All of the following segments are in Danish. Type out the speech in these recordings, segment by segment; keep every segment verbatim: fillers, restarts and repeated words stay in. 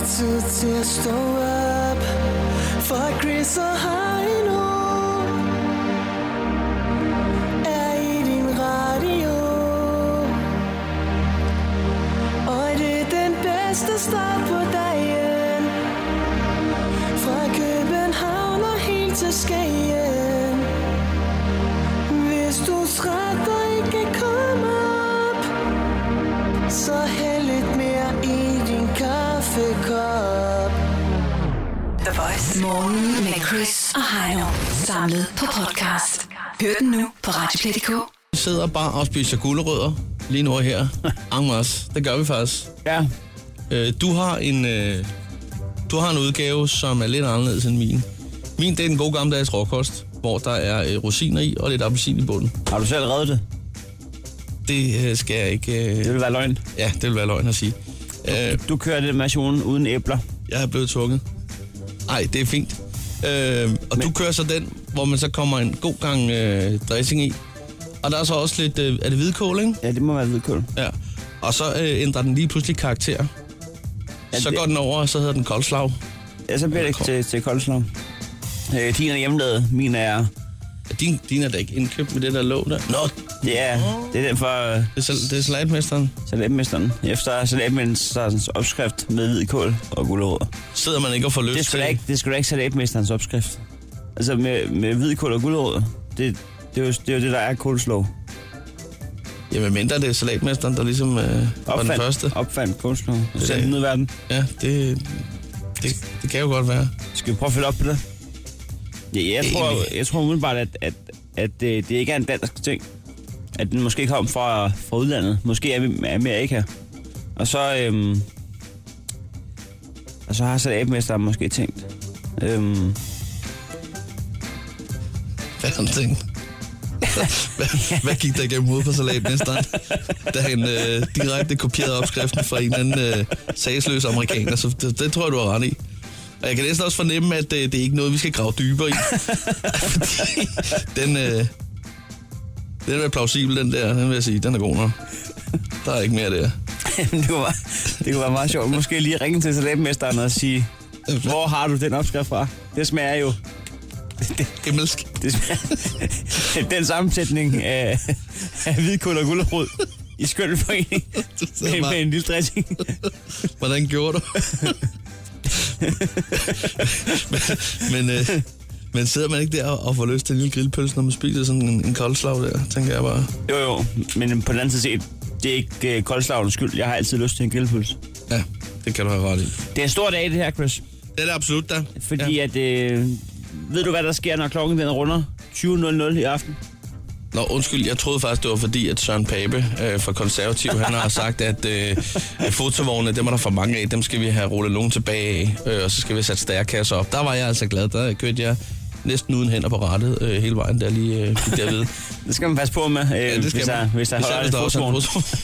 tid til at stå op for Chris og Heino er i din radio. Og det er den bedste start på dagen. Fra København og helt til Skagen. Hvis du er træt og ikke kan komme op, så hæld lidt mere i din kaffekop. The Voice. Morgen med Chris og Heino. Samlet på podcast. Hør den nu på radioplay punktum d k. Vi sidder bare og spiser gulerødder lige nu her. Angmas, det gør vi faktisk. Ja. Øh, du har en øh, du har en udgave, som er lidt anderledes end min. Min, det er en god gammeldags råkost, hvor der er øh, rosiner i og lidt appelsin i bunden. Har du selv reddet det? Det øh, skal jeg ikke... Øh... Det vil være løgn. Ja, det vil være løgn at sige. Øh, Du kører den version uden æbler. jeg er blevet tvunget. Nej, det er fint. Øh, og Men... du kører så den, hvor man så kommer en god gang øh, dressing i. Og der er så også lidt... Øh, er det hvidkål, ikke? Ja, det må være hvidkål. Ja. Og så øh, ændrer den lige pludselig karakter. Ja, så det... går den over, og så hedder den koldslag. Ja, så bliver det ikke til, til koldslag. Øh, din er hjemmelavet, min er... Din, din er da ikke indkøbt med det der låg der. Nå, Ja, det er den for øh, det er, sal- det er salatmesteren. salatmesteren. Efter salatmesterens opskrift med hvidkål og gulerødder. Sidder man ikke og får lyst Det til. skal da ikke, det skal da ikke salatmesterens opskrift. Altså med, med hvidkål og gulerødder. Det, det, er jo, det er jo det, der er kålslag. Jamen mindre det er salatmesteren, der ligesom øh, var den første. Opfandt kålslag. Og sendte den ud i verden. Ja, det, det, det kan jo godt være. Skal vi prøve at følge op på det? Ja, jeg tror, jeg tror umiddelbart, at, at, at det, det ikke er en dansk ting. At den måske kom fra, fra udlandet. Måske er Amerika. Og så, øhm, og så har salatmesteren måske tænkt. Øhm, Hvad har han tænkt? hvad, hvad gik der igennem hovedet på salatmesteren? Da han øh, direkte kopierede opskriften fra en eller anden øh, sagsløs amerikaner. Så det, det tror jeg, du har ret i. Og jeg kan næsten også fornemme, at det, det er ikke noget, vi skal grave dybere i. Fordi den, øh, den er plausibel, den der. Den vil jeg sige, den er god nok. Der er ikke mere der. det, kunne være, det kunne være meget sjovt. Måske lige ringe til salatmesteren og sige, hvor har du den opskrift fra? Det smager jo... Det, Himmelsk. det smager, den sammensætning af, af hvidkål og gulerod i skøn forening med, med en lille dressing. Hvordan gjorde du? men, men, øh, men sidder man ikke der og får lyst til en lille grillpølse, når man spiser sådan en, en koldslag der, tænker jeg bare. Jo, jo, men på den anden side set, det er ikke uh, koldslagens skyld. Jeg har altid lyst til en grillpølse. Ja, det kan du have ret i. Det er en stor dag, det her, Chris. Det er det absolut, da. Fordi ja. at, øh, ved du, hvad der sker, når klokken den runder tyve nul nul i aften? Nå, undskyld, jeg troede faktisk, det var fordi, at Søren Pape øh, fra Konservativ, han har sagt, at øh, fotovogne, dem er der for mange af, dem skal vi have rullet nogen tilbage af, øh, og så skal vi sætte stærkasser op. Der var jeg altså glad, der kørte jeg næsten uden hænder på rettet øh, hele vejen, der lige øh, fik der ved. Det skal man passe på med, øh, ja, det hvis, der, hvis der holder en fotovogn.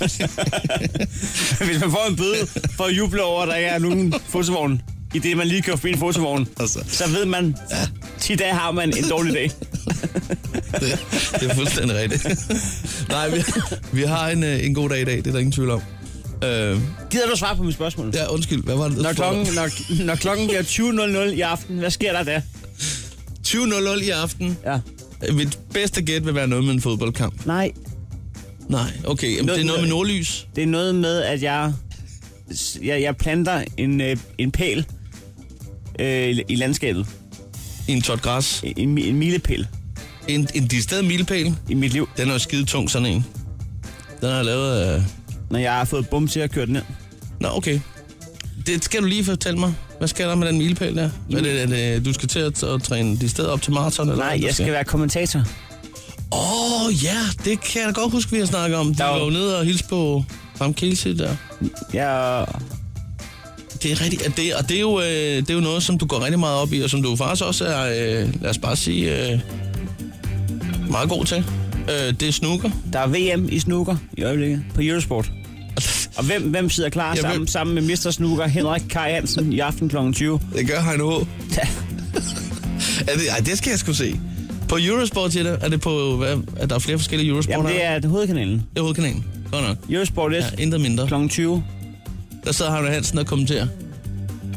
Hvis man får en bøde for at juble over, at der ikke er nogen fotovogn, i det man lige kører forbi en fotovogn, altså. Så ved man, ja. ti dage har man en dårlig dag. det, det er fuldstændig rigtigt. Nej, vi, vi har en, en god dag i dag, det er der ingen tvivl om. Øh, Gider du svare på mit spørgsmål? Ja, undskyld, hvad var det? Når klokken, når, når klokken bliver tyve nul nul i aften, hvad sker der der? tyve nul nul i aften? Ja. Mit bedste gæt vil være noget med en fodboldkamp. Nej. Nej, okay. Jamen, det er noget med nordlys. Det er noget med, at jeg, jeg, jeg planter en, en pæl øh, i landskabet. I en tot græs? En, en milepæl. En, en decideret milepæl? I mit liv. Den er jo skide tung, sådan en. Den har jeg lavet... Øh... Når jeg har fået bum til at køre den ned. Nå, okay. Det skal du lige fortælle mig. Hvad skal der med den milepæl der? Er det, er det, du skal til at, at træne de steder op til maraton? Eller Nej, hvad, jeg skal, skal være kommentator. Åh, oh, ja. Det kan jeg da godt huske, vi har snakket om. De var jo nede og hilse på Ram Kielce der. Ja... Det er rigtigt. Det, og det er, jo, øh, det er jo noget, som du går rigtig meget op i, og som du faktisk også er, øh, lad os bare sige, øh, meget god til. Øh, det er snooker. Der er V M i snooker i øjeblikket på Eurosport. Og hvem, hvem sidder klar ja, sammen, hvem? sammen med mister Snooker Henrik Kaj Hansen i aften klokken tyve? Det gør Heino H. Ja. er det, ej, det skal jeg sgu se. På Eurosport, siger det? Er det på, hvad, er der flere forskellige Eurosport? Jamen, det er det hovedkanalen. Det er hovedkanalen. Godt nok. Eurosport et. Ja, intet mindre. klokken tyve. Der sidder Heino Hansen og kommenterer.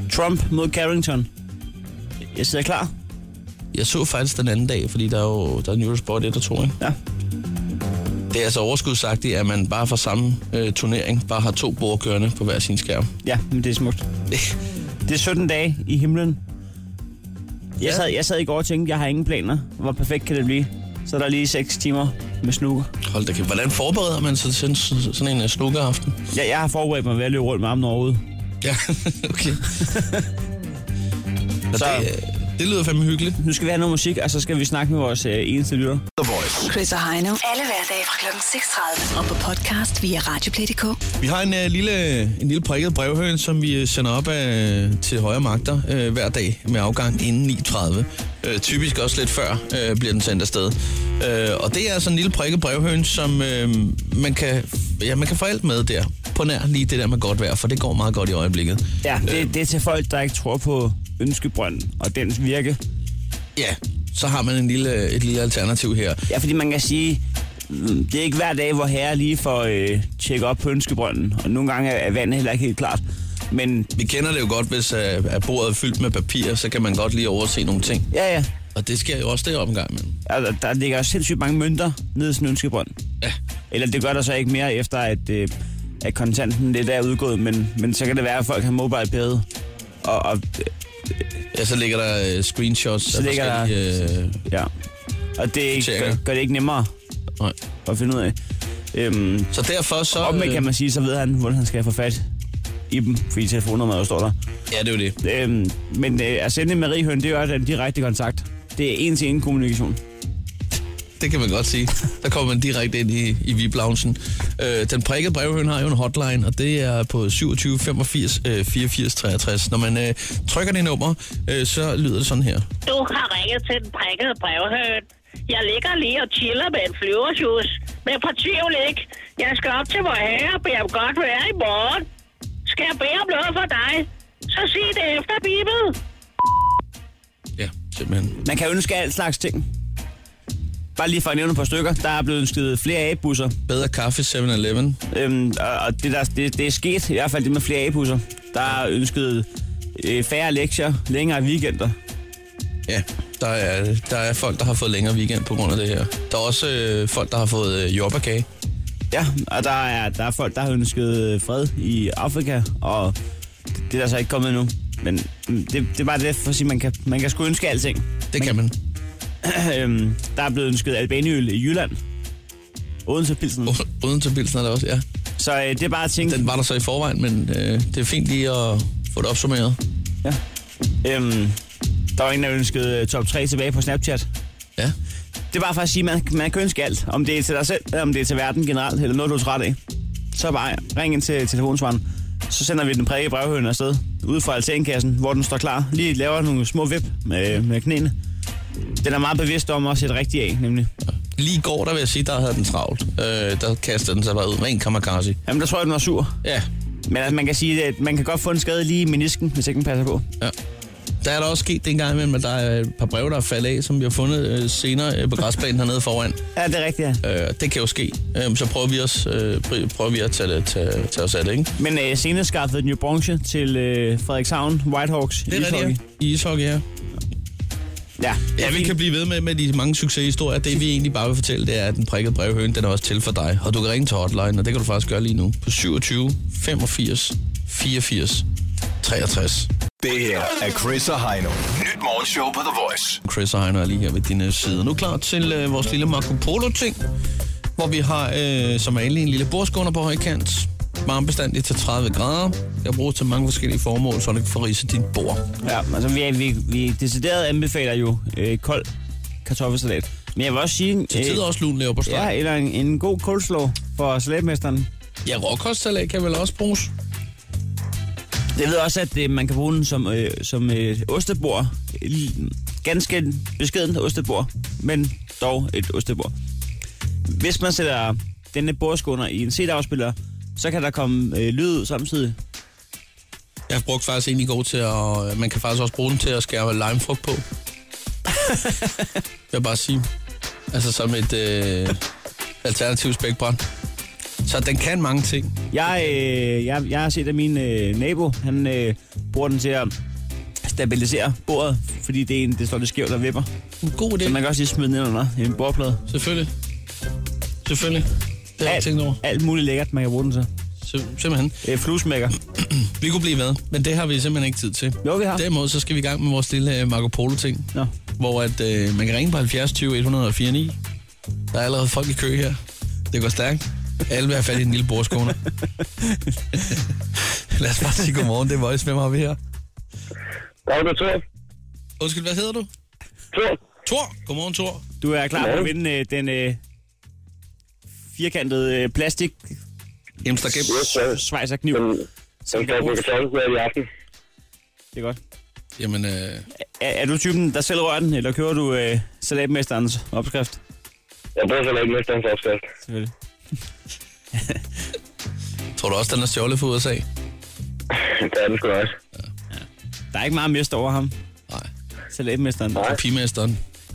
Trump mod Carrington. Jeg sidder klar. Jeg så faktisk den anden dag, fordi der er jo der er Eurosport et og to, ikke? Ja. Det er altså overskudsagtigt, at man bare fra samme øh, turnering bare har to bord kørende på hver sin skærm. Ja, men det er smukt. Det er sytten dage i himlen. Jeg sad, jeg sad i går og tænkte, jeg har ingen planer. Hvor perfekt kan det blive? Så er der lige seks timer med snooker. Hold da kæft. Hvordan forbereder man sig til sådan en uh, snookeraften? Ja, jeg har forberedt mig ved at løbe rundt med armen overhovedet. Ja, okay. Så det, det lyder fandme hyggeligt. Nu skal vi have noget musik, og så skal vi snakke med vores uh, eneste lytter. The Voice. Chris og Heino. Alle hverdage fra klokken seks tredive. Og på podcast via radioplay punktum d k. Vi har en, uh, lille, en lille prikket brevhøn, som vi sender op uh, til højre magter uh, hver dag med afgang inden ni tredive. Uh, typisk også lidt før uh, bliver den sendt afsted. Uh, og det er sådan en lille prikket brevhøn, som uh, man, kan, ja, man kan få alt med der. På nær lige det der med godt vejr, for det går meget godt i øjeblikket. Ja, det, det er til folk, der ikke tror på ønskebrønden og dens virke. Ja, så har man en lille, et lille alternativ her. Ja, fordi man kan sige, det er ikke hver dag, hvor herre lige får øh, tjekket op på ønskebrønden. Og nogle gange er vandet heller ikke helt klart. Men vi kender det jo godt, hvis uh, bordet er fyldt med papir, så kan man godt lige overse nogle ting. Ja, ja. Og det sker jo også deroppe en gang imellem. Altså, der ligger jo sindssygt mange mønter nede i sådan en ønskebrønd. Ja. Eller det gør der så ikke mere efter, at, øh, at kontanten lidt er udgået. Men, men så kan det være, at folk har mobile pay. Og, og ja, så ligger der uh, screenshots. Så ligger der, uh, ja. Og det gør, gør det ikke nemmere. Nej. At finde ud af. Øhm, så derfor så... Omvendt kan man sige, så ved han, hvordan han skal få fat i dem, fordi telefonnummeret står der. Ja, det er jo det. Øhm, men øh, at sende en Mariehøn, det er jo den direkte kontakt. Det er en-til-en kommunikation. Det kan man godt sige. Der kommer man direkte ind i, i V I P-loungen. Øh, den prikkede brevhøn har jo en hotline, og det er på syvogtyve femogfirs fireogfirs treogtres. Når man øh, trykker det nummer, øh, så lyder det sådan her. Du har ringet til den prikkede brevhøn. Jeg ligger lige og chiller med en flyvershus. Men fortvivl ikke. Jeg skal op til vor herre og bede om godt vejr i morgen. Skal jeg bede om noget for dig, så sig det efter Bibel. Ja, simpelthen. Man kan ønske alt slags ting. Bare lige for at nævne et par stykker. Der er blevet ønsket flere A-busser. Bedre kaffe syv eleven. Øhm, og det, der, det, det er sket, i hvert fald det med flere A-busser. Der er ønsket øh, færre lektier, længere weekender. Ja, der er, der er folk, der har fået længere weekend på grund af det her. Der er også øh, folk, der har fået øh, jordbærkage. Ja, og der er, der er folk, der har ønsket fred i Afrika, og det er der så ikke kommet endnu. Men det, det er bare det for at sige, man kan, man kan sgu ønske alting. Det kan man. øhm, der er blevet ønsket albaniøl i Jylland. Odense Pilsen. Odense Pilsen er der også, ja. Så øh, det er bare ting. Den var der så i forvejen, men øh, det er fint lige at få det opsummeret. Ja. Øhm, der var en, der ønskede top tre tilbage på Snapchat. Ja. Det er bare for at sige, at man, man kan ønske alt. Om det er til dig selv, eller om det er til verden generelt, eller noget, du er træt af. Så bare ring ind til telefonsvaren. Så sender vi den prikkede brevhøn afsted, ude fra altankassen, hvor den står klar. Lige laver nogle små vip med, med knæene. Den er meget bevidst om at sætte rigtigt af, nemlig. Ja. Lige i går, der vil jeg sige, der havde den travlt. Øh, der kastede den sig bare ud. Ren kamikaze. Jamen, der tror jeg, den var sur. Ja. Men altså, man kan sige, at man kan godt få en skade lige i menisken, hvis ikke den passer på. Ja. Der er der også sket det en gang imellem, at der er et par breve, der er faldet af, som vi har fundet øh, senere øh, på græsplænen hernede foran. Ja, det er rigtigt, ja. Øh, det kan jo ske. Øh, så prøver vi, os, øh, prøver vi at tage, tage, tage os af det, ikke? Men øh, senere skaffede den jo bronze til øh, Frederikshavn Whitehawks i ishockey. Det er i ishockey, ja. Ja, ja, vi kan blive ved med, med de mange succeshistorier. Det vi egentlig bare vil fortælle, det er, at den prikkede brevhøn, den er også til for dig. Og du kan ringe til hotline, og det kan du faktisk gøre lige nu. På syvogtyve femogfirs fireogfirs treogtres. Det her er Chris og Heino. Nyt morgenshow på The Voice. Chris og Heino er lige her ved dine sider. Nu klar til øh, vores lille Marco Polo-ting, hvor vi har øh, som vanligt en lille bordskåner på højkant. Varmebestandigt til tredive grader. Jeg bruger til mange forskellige formål, så det kan forrise dit bord. Ja, altså vi, vi, vi decideret anbefaler jo øh, kold kartoffelsalat. Men jeg vil også sige... Til tider øh, også lun lever på steg. Ja, eller en, en god coleslaw for salatmesteren. Ja, råkostsalat kan vel også bruges. Jeg ved også, at øh, man kan bruge den som, øh, som øh, ostebord. Ganske beskedent ostebord, men dog et ostebord. Hvis man sætter denne bordskåner i en C D-afspiller, så kan der komme øh, lyd ud samtidig. Jeg har brugt faktisk en i går til at... Man kan faktisk også bruge den til at skære limefrugt på. Jeg vil bare sige. Altså som et øh, alternativt spækbrænd. Så den kan mange ting. Jeg, øh, jeg, jeg har set, at min øh, nabo, han øh, bruger den til at stabilisere bordet, fordi det er en, det står lidt skævt og vipper. En god idé. Så man kan også lige smide den ind under en bordplade. Selvfølgelig. Selvfølgelig. Det har jeg tænkt over. Alt muligt lækkert, man kan bruge den til. Sim- simpelthen. Det er fluesmækker. Vi kunne blive ved, men det har vi simpelthen ikke tid til. Jo, vi har. Derimod så skal vi i gang med vores lille Marco Polo-ting. Nå. Hvor at, øh, man kan ringe på halvfjerds tyve et hundrede og fire ni. Der er allerede folk i kø her. Det går stærkt. Alle vil have fat i en lille bordskåner. Lad os bare sige godmorgen. Det er Voice. Hvem har vi her? Der er du, Thor. Undskyld, hvad hedder du? Thor. Thor. Godmorgen, Thor. Du er klar på at vinde øh, den øh, firkantede øh, plastik Imstergem. svejserkniv. Den, den skal jeg bruge kartoffelblad i aften. Det er godt. Jamen, øh, Er, er du typen, der selv rører den, eller kører du øh, salatmesterens opskrift? Jeg bruger så ikke mesterens opskrift. Selvfølgelig. tror du også, den er stjålet fra U S A? Det er den sgu da også. Der er ikke meget mester over ham. Nej. Salatmesteren. Nej. Kopimesteren.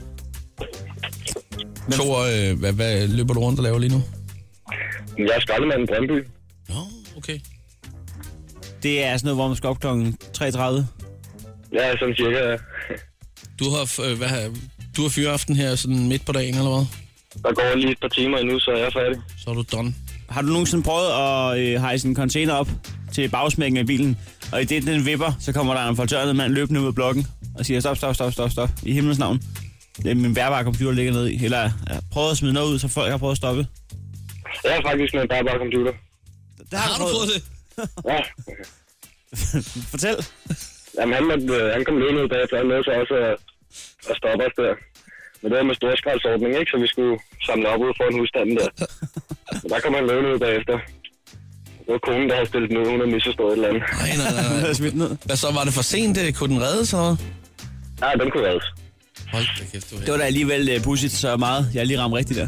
Thor, øh, hvad, hvad løber du rundt og laver lige nu? Jeg er skraldemand i Brøndby. Nå, okay. Det er sådan noget, hvor man skal op klokken tre tredive. Ja, sådan cirka. Du har, øh, hvad, har- du har fyreaften her sådan midt på dagen, eller hvad? Der går lige et par timer endnu, så er jeg færdig. Så er du done. Har du nogensinde prøvet at øh, hejse en container op til bagsmækken af bilen, og i det, den vipper, så kommer der en fortørnet mand løbende ud af blokken og siger stop, stop, stop, stop, stop, i himlens navn. Det er min bærbare computer ligger nede i. Eller jeg prøvet at smide noget ud, så folk har prøvet at stoppe. Jeg har faktisk med en bærbar computer. Det Har du fået det? Ja. Fortæl. Jamen, han, måtte, øh, han kom løbende ud bagefter, han nåede så også at, at stoppe os der. Men det var med storskraldsordning, ikke? Så vi skulle samle op ud for en husstand der. Men der kom han løbende ud bagefter. Det var konen, der havde stillet den ud, hun havde misforstået et eller andet. Nej, nej, nej. Jeg nej. har smidt ned. Hvad så, var det for sent? Det? Kunne den reddes, eller hvad? Ja, den kunne reddes. Hold da kæft, du Det var da alligevel uh, pudsigt så meget. Jeg lige ramte rigtigt der.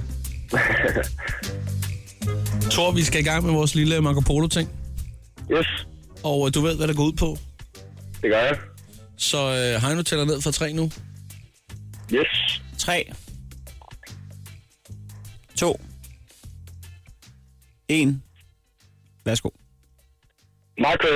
Thor, vi skal i gang med vores lille Marco Polo-ting. Yes, Og øh, du ved, hvad det går ud på. det gør jeg. Så øh, Heino tæller ned fra tre nu. Yes. tre. to. en. Værsgo. Marco.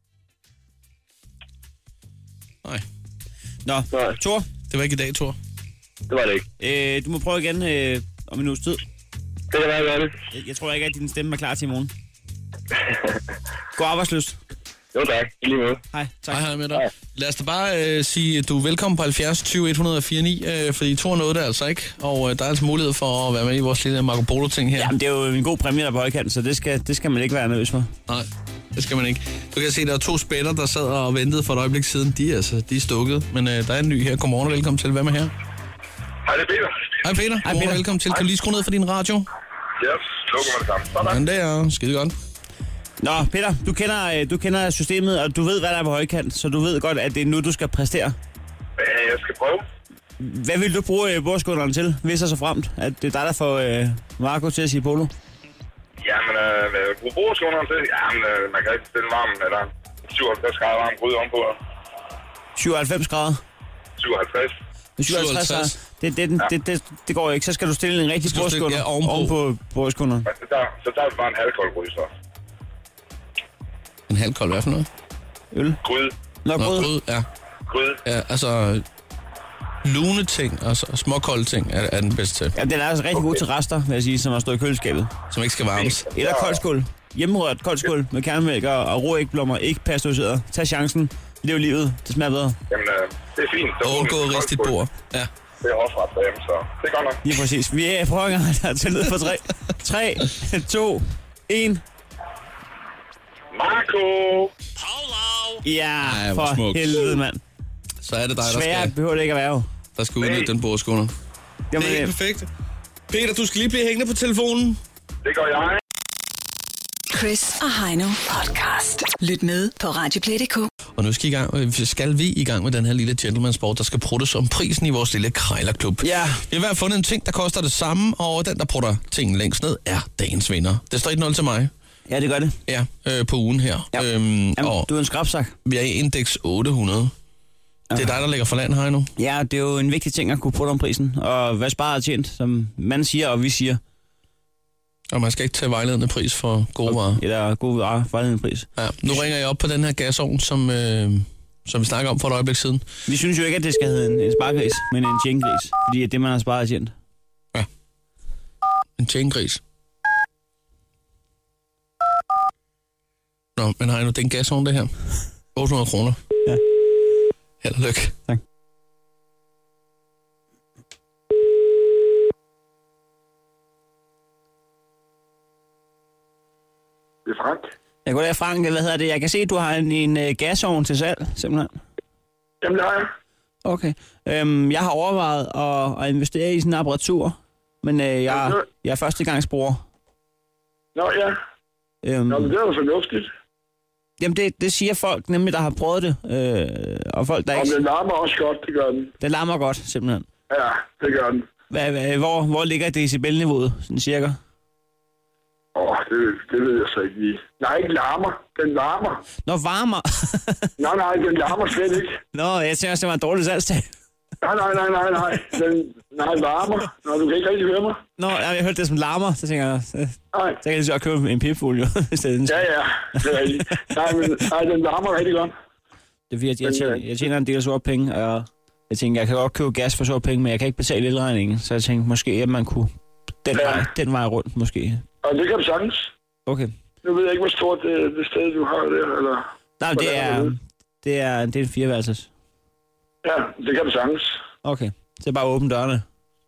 Nej, Nå, Nej. Thor, det var ikke i dag, Thor. Det var det ikke. øh, du må prøve igen øh, om en uges tid. Det kan være, jeg gør det. Jeg, jeg tror ikke, at din stemme er klar til i morgen. God arbejdsløst. Jo tak, i lige måde. Hej, tak. Hej, hej med dig. Lad os da bare øh, sige, at du er velkommen på halvfjerds tyve et hundrede og fire ni, øh, fordi Thor nåede det altså ikke. Og øh, der er altså mulighed for at være med i vores lille Marco Polo-ting her. Jamen, det er jo en god præmie, der er på højkant, så det skal, det skal man ikke være nervøs for. Nej, det skal man ikke. Du kan se, at der er to spætter, der sad og ventede for et øjeblik siden. De er, altså, de er stukket, men øh, der er en ny her. Godmorgen og velkommen til. Hvad med her? Hej, det er Peter. Hej Peter. Godmorgen Peter. og velkommen til. Kan du lige skrue ned for din radio? Yes, lukker mig det samme. Sådan. Sådan der. Skide godt. Nå, Peter, du kender, øh, du kender systemet, og du ved, hvad der er på højkant, så du ved godt, at det er nu, du skal præstere. Jeg skal prøve. Hvad vil du bruge øh, bordskånderen til, hvis og så fremt, at det er dig, der får øh, Marco til at sige polo? Jamen, øh, brug bordskåneren til. Jamen, øh, man kan ikke stille varmen, eller syvoghalvtreds grader varm gryde ovenpå. syvoghalvfems grader? syvoghalvtreds. syvoghalvtreds grader? syvoghalvtreds. Det, det, det, det, det, det går ikke. Så skal du stille en rigtig skal du stille- bordskånder ja, ovenpå. ovenpå bordskånderen. Men så tager, så tager vi bare en halvkold gryde, så. En halv kold, hvad for noget? Øl? Gryde. Nå, Nå, grød. grød, ja. Gryde. Ja, altså... Lune ting og så- småkolde ting er, er den bedste til, Ja, den er altså rigtig god til rester, vil jeg sige, som har stået i køleskabet. som ikke skal varmes. Eller koldskål. Hjemmerørt koldskål med kernemælk og, og rå ægblommer, ikke pasteuriseret. Tag chancen. Lev livet. Det smager bedre. Jamen, øh, det er fint. Så Og undgå at riste dit bord. Ja. Det er hofret derhjemme, så det er godt nok. Lige præcis. Vi er på højgang, der er til ned for tre. tre, to, en. Marco! Ja, Ej, hvor for smukt. helvede, mand. Så er det dig, der Sværere skal, behøver det ikke at være jo. der skal udnytte den bordskåner. Jamen, Det er øh, perfekt. Peter, du skal lige blive hængende på telefonen. Det gør jeg. Chris og Heino podcast. Lyt med på radioplay punktum d k. Og nu skal, i gang, skal vi i gang med den her lille gentleman sport, der skal pruttes om prisen i vores lille krejlerklub. Ja. Vi har i hvert fald fundet en ting, der koster det samme, og den, der prutter tingen længst ned, er dagens vinder. Det står et nul til mig. ja, det gør det. Ja, øh, på ugen her. Ja. Øhm, Jamen, og du er en skrabsak. vi er i indeks otte hundrede. Det er dig, der ligger for land her nu. Ja, det er jo en vigtig ting at kunne putte om prisen. Og hvad sparet er tjent, som man siger, og vi siger. Og man skal ikke tage vejledende pris for gode varer. Eller gode varer, vejledende pris. Ja, nu ringer jeg op på den her gasovn, som, øh, som vi snakker om for et øjeblik siden. Vi synes jo ikke, at det skal hedde en, en spargris, men en tjengris. Fordi det er det, man har sparet tjent. Ja. En tjengris. Nå, men Heino, det er en gasovn, det her. otte hundrede kroner. Ja. Held og lykke. Tak. Det er Frank. Jeg går der, Frank. Hvad hedder det? Jeg kan se, at du har en, en uh, gasovn til salg, simpelthen. Jamen, det har jeg. Okay. Øhm, jeg har overvejet at, at investere i sådan en apparatur, men øh, jeg, jeg er førstegangsbruger. Nå, ja. Øhm, Nå, men det er jo fornuftigt. Jamen, det, det siger folk nemlig, der har prøvet det. Øh, og folk, der Og ikke... den larmer også godt, det gør den. Den larmer godt, simpelthen. Ja, det gør den. Hvad, hvad, hvor, hvor ligger decibelniveauet, sådan cirka? Åh, oh, det, det ved jeg så ikke lige. Nej, ikke larmer. Den larmer. Nå, varmer. Nej, nej, den larmer slet ikke. Nå, jeg synes også, det var en dårlig salgsdag. Nej, nej, nej, nej, nej. Den, nej, varmer. Nå, du kan ikke rigtig høre mig. Nå, jeg har hørt det som larmer, så tænker jeg, så, Nej. så kan jeg lige så købe en pipfugl, jo. Ja, ja, det er rigtigt. Nej, men nej, den larmer rigtig godt. Det er fordi, jeg, jeg, tjener, jeg tjener en del sort penge, og jeg tænker, jeg kan godt købe gas for sort penge, men jeg kan ikke betale elregningen, så jeg tænkte måske, at man kunne den, Ja. vej, den vej rundt, måske. Og det kan du sagtens. Okay. Nu ved jeg ikke, hvor stort det, det sted, du har der, eller... Nej, det hvordan er, det? det er, det er en fireværelses. Ja, det kan du sagtens. Okay, så er bare åbne dørene.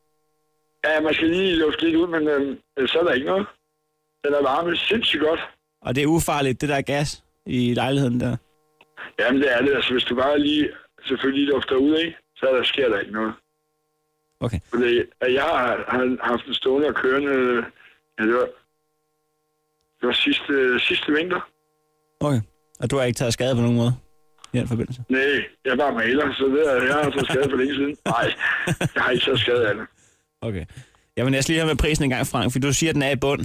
Ja, man skal lige lufte lidt ud, men øh, så er der ikke noget. Den er varme sindssygt godt. Og det er ufarligt, det der gas i lejligheden der. Jamen, det er det. Altså, hvis du bare lige selvfølgelig lufter ud af, så der sker der ikke noget. Okay. Fordi at jeg har, har haft en stående og kørende... Ja, det var, det var sidste, sidste vinter. Okay. Og du har ikke taget skade på nogen måde i den forbindelse? Nej, jeg er bare maler, så det er, jeg har taget skade for længe siden. Nej, jeg har ikke taget skade af det. Okay. Jamen, jeg skal lige have med prisen en gang, Frank, for du siger, at den er i bund.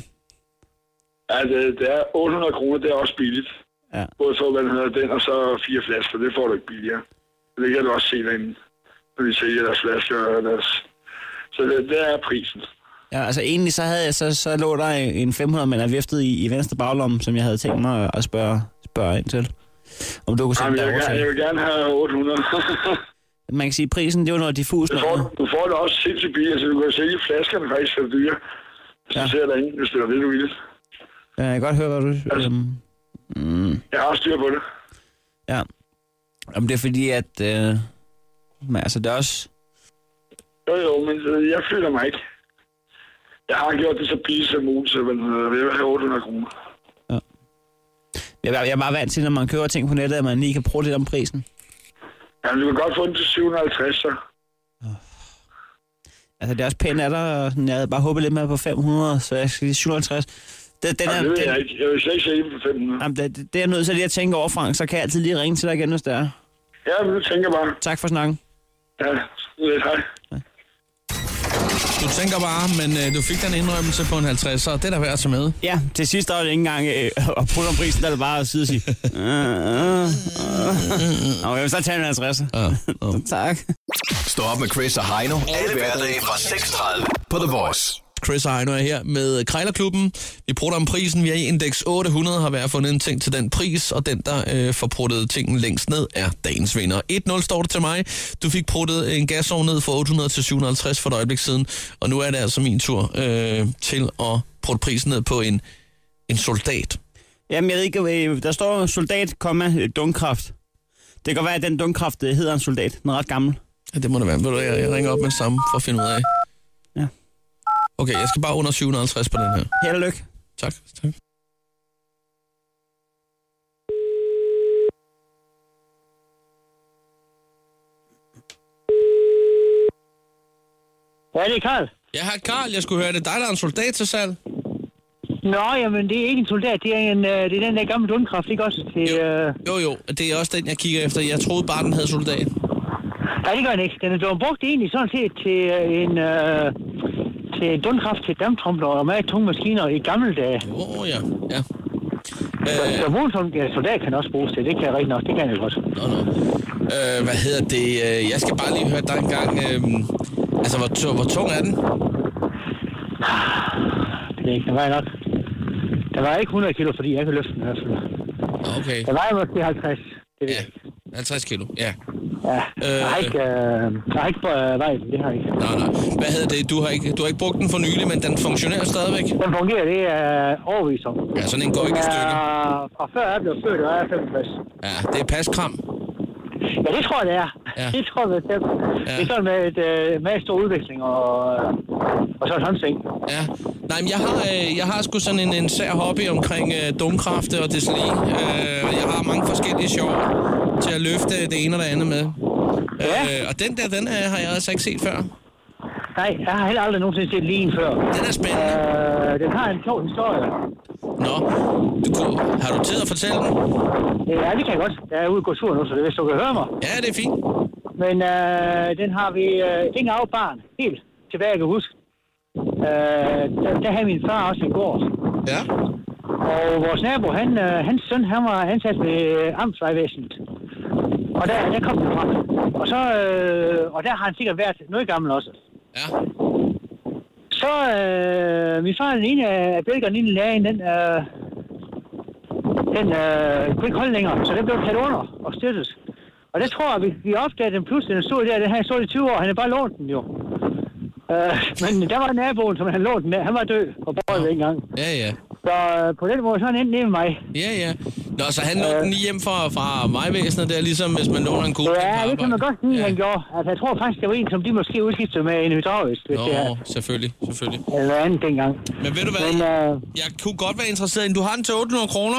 Ja, det, det er otte hundrede kroner, det er også billigt. Ja. Både for, hvad den hedder, den og så fire flasker, det får du ikke billigere. Det kan du også se derinde, når vi sælger deres flasker og deres... Så det, det er prisen. Ja, altså egentlig så havde jeg, så, så lå der en fem hundrede mand viftet i, i venstre baglomme, som jeg havde tænkt mig at spørge, spørge ind til. Om du kunne sætte Jamen, der jeg, vil, jeg vil gerne have otte hundrede. Man kan sige, at prisen, det var noget diffus. Du får, du får det også sindssygt billigt, så du kan sælge flaskerne faktisk for dyre. Så Ja. ser derinde, hvis det er det, du vil. Ja, jeg kan godt høre, hvad du... Altså. Øhm, mm, Jeg har også styr på det. ja. Om det er fordi, at... Øh, men altså, det er også... Jo, jo, men øh, jeg føler mig ikke. Jeg har gjort det så billigt som muligt, så man, øh, jeg vil have otte hundrede kroner. Jeg, jeg er bare vant til, når man køber ting på nettet, at man lige kan prøve lidt om prisen. Ja, du kan godt få den til syv hundrede og halvtreds, så. Altså, det er også pænt af dig, og sådan, jeg havde bare håbet lidt mere på fem hundrede, så jeg skal lige syv hundrede og halvtreds. Det, den Ja, er, det ved den, jeg ikke. Jeg vil slet ikke sælge den for fem hundrede. jamen, det, det, det er jeg nødt til lige at tænke over, Frank, så kan jeg altid lige ringe til dig igen, hvis det er. Ja, men du tænker bare. Tak for snakken. Ja, du ved, hej. Du tænker bare, men øh, du fik den indrømmelse på en halvtreds, så det er der værd at tage med. Ja, til sidst var det ikke engang øh, at putte om prisen, der er det bare at sidde og sige... Øh, øh, øh. Okay, så tager jeg en halvtreds. Ja, ja. Tak. Stå op med Chris og Heino. Alle hverdage fra seks tredive på The Voice. Chris og Heino er her med Krejlerklubben. Vi prutter om prisen. Vi er i indeks otte hundrede, har været fundet en ting til den pris, og den, der øh, får pruttet tingen længst ned, er dagens vinder. et nul står det til mig. Du fik pruttet en gasovn ned fra otte hundrede til syv hundrede og halvtreds for et øjeblik siden, og nu er det altså min tur øh, til at prutte prisen ned på en, en soldat. Jamen, jeg ved ikke, øh, der står soldat, komma, dungkraft. Det kan være, at den dungkraft det hedder en soldat. Den er ret gammel. Ja, det må det være. Ved du, jeg, jeg ringer op med samme for at finde ud af. Ja. Okay, jeg skal bare under syv hundrede og halvtreds på den her. Held og lykke. Tak. tak. Ja, det er Karl. Ja, hej Karl, jeg skulle høre, det er dig, der er en soldat til salg. Nå, jamen, det er ikke en soldat. Det er, en, øh, det er den der gamle dundkraft, ikke også? Det, Jo. øh... Jo, jo, det er også den, jeg kigger efter. Jeg troede bare, den hed soldat. Nej, det gør den ikke. Den er blevet brugt egentlig sådan set til en, øh, til dundkraft til damptrumler og meget tunge maskiner i gamle dage. Åh, oh, ja. ja. Så, Øh, så brugen som ja, soldat kan også bruges til. Det kan jeg rigtig nok. Det kan jeg godt. nå, nå. Øh, hvad hedder det? Øh, Jeg skal bare lige høre dig en gang. Øh, altså, hvor, hvor tung er den? Det egentlig ikke. Der var nok... Der var ikke hundrede kilo, fordi jeg kan løfte den i hvert fald. Okay. Der var måske halvtreds. Det ja, halvtreds kilo, ja. Ja, øh, jeg har ikke, øh, jeg har ikke øh, vejet det har jeg ikke. Nej, nej. Hvad hedder det? Du har ikke, du har ikke brugt den for nylig, men den fungerer stadigvæk? Den fungerer, det er overvist om. Ja, sådan en går ikke i stykker. Fra før jeg blev født, der er jeg femogtres. Ja, det er paskram. Ja, det tror jeg, det er. Ja. Det tror jeg, det er. Ja. Det er sådan med et øh, med stor udvikling og, og sådan sådan ting. Ja. Nej, men jeg har, øh, jeg har sgu sådan en, en sær hobby omkring øh, dumkræfte og desli. Øh, jeg har mange forskellige sjov til at løfte det ene og det andet med. Ja. Øh, og den der, den øh, har jeg altså ikke set før. Nej, jeg har heller aldrig nogensinde set lige en før. Den er spændende. Øh, den har en sjov historie. Nå, du kunne, har du tid at fortælle den? Ja, det kan jeg godt. Jeg er ude og gå tur nu, så det hvis du kan høre mig. Ja, det er fint. Men øh, den har vi... Øh, den er barn, helt tilbage, jeg kan huske. Øh, der, der havde min far også en gård. Ja. Og vores nabo, han, øh, hans søn, han var ansat ved Amtsvejvæsenet. Og der, der kom den fra. Og, så, øh, og der har han sikkert været noget gammel også. Ja. Så øh, min far, den ene af bælgerne inde i lægen, den, øh, den øh, kunne ikke holde længere, så den blev taget under og støttet. Og det tror jeg, vi, vi opdagede den pludselig, den stod der, den havde stået i tyve år, han havde bare lånt den jo. Øh, men der var naboen, som han lånt den der, han var død og bordet en gang. Ja, ja. Så øh, på den måde, så er han endt nede med mig. Ja, ja. Nå, så han lånte øh, den lige hjem fra, fra vejvæsenet der, ligesom hvis man låner en god. Ja, det kan man godt sige, ja. Han gjorde. Altså, jeg tror faktisk, det var en, som de måske udskiftede med en hydraulisk. Nå, det selvfølgelig, selvfølgelig. Eller andet dengang. Men ved du hvad, Men, øh, jeg kunne godt være interesseret i, du har den til otte hundrede kroner?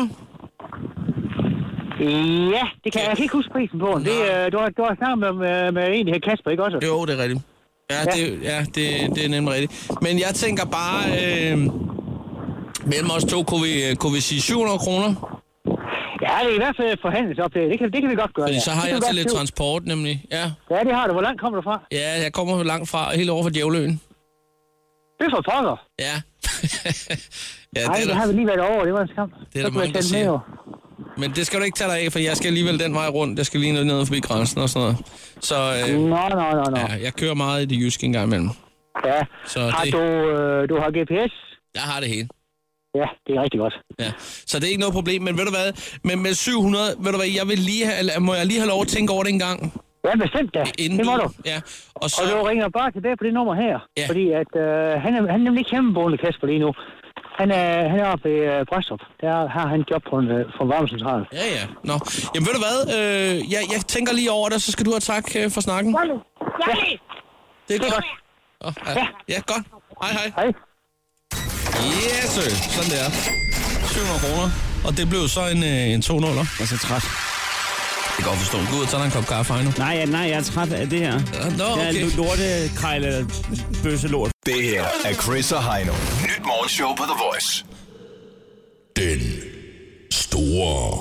Ja, det kan, jeg kan ikke huske prisen på den. Det, øh, du, har, du har snakket med, med, med en, der hedder Kasper, ikke også? Jo, det er rigtigt. Ja, ja. Det, ja det, det er nemlig rigtigt. Men jeg tænker bare, øh, mellem os to, kunne vi, kunne vi sige syv hundrede kroner? Ja, det er i hvert fald forhandlingsoplæg. Det kan, det kan vi godt gøre. Fordi ja. så har jeg til lidt syv. transport, nemlig. Ja. Ja, det har du. Hvor langt kommer du fra? Ja, jeg kommer langt fra, helt over for Djævløen. Det er for pokker. Ja. ja Nej, det, det har vi lige været over. Det var en skam. Det er der mange, der siger. Men det skal du ikke tage dig af, for jeg skal alligevel den vej rundt. Jeg skal lige ned, ned forbi grænsen og sådan noget. Så øh, nå, nå, nå, nå. Ja, jeg kører meget i det jyske en gang imellem. Ja. Så har det... du, øh, du har G P S? Jeg har det hele. Ja, det er rigtig godt. Ja, så det er ikke noget problem. Men ved du hvad? Men med syv hundrede, ved du hvad, jeg vil lige have, må jeg lige have lov at tænke over det en gang? Ja, bestemt da. Inden det må du. du. Ja. Og, så... og du ringer bare tilbage på det nummer her. Ja. Fordi at, øh, han, er, han er nemlig ikke hjemmeboende, Kasper, lige nu. Han er, han er oppe i øh, Brøstrup. Der har han job på en uh, varmecentral. Ja, ja. Nå. Jamen ved du hvad? Øh, jeg, jeg tænker lige over det, så skal du have tak øh, for snakken. Ja. Det er godt. godt. Oh, ja. Ja. ja, godt. Hej, hej. Hej. Yes, sir. Sådan der. syv hundrede kroner. Og det blev så en, en to nuller. Jeg er så træt. Jeg kan godt forstå. Gå ud og tage dig en kop kaffe, nu. Nej, ja, nej, jeg er træt af det her. Ja, nå, okay. Det er lortekrejle, bøsse lort. Det her er Chris og Heino. Nyt morgenshow på The Voice. Den store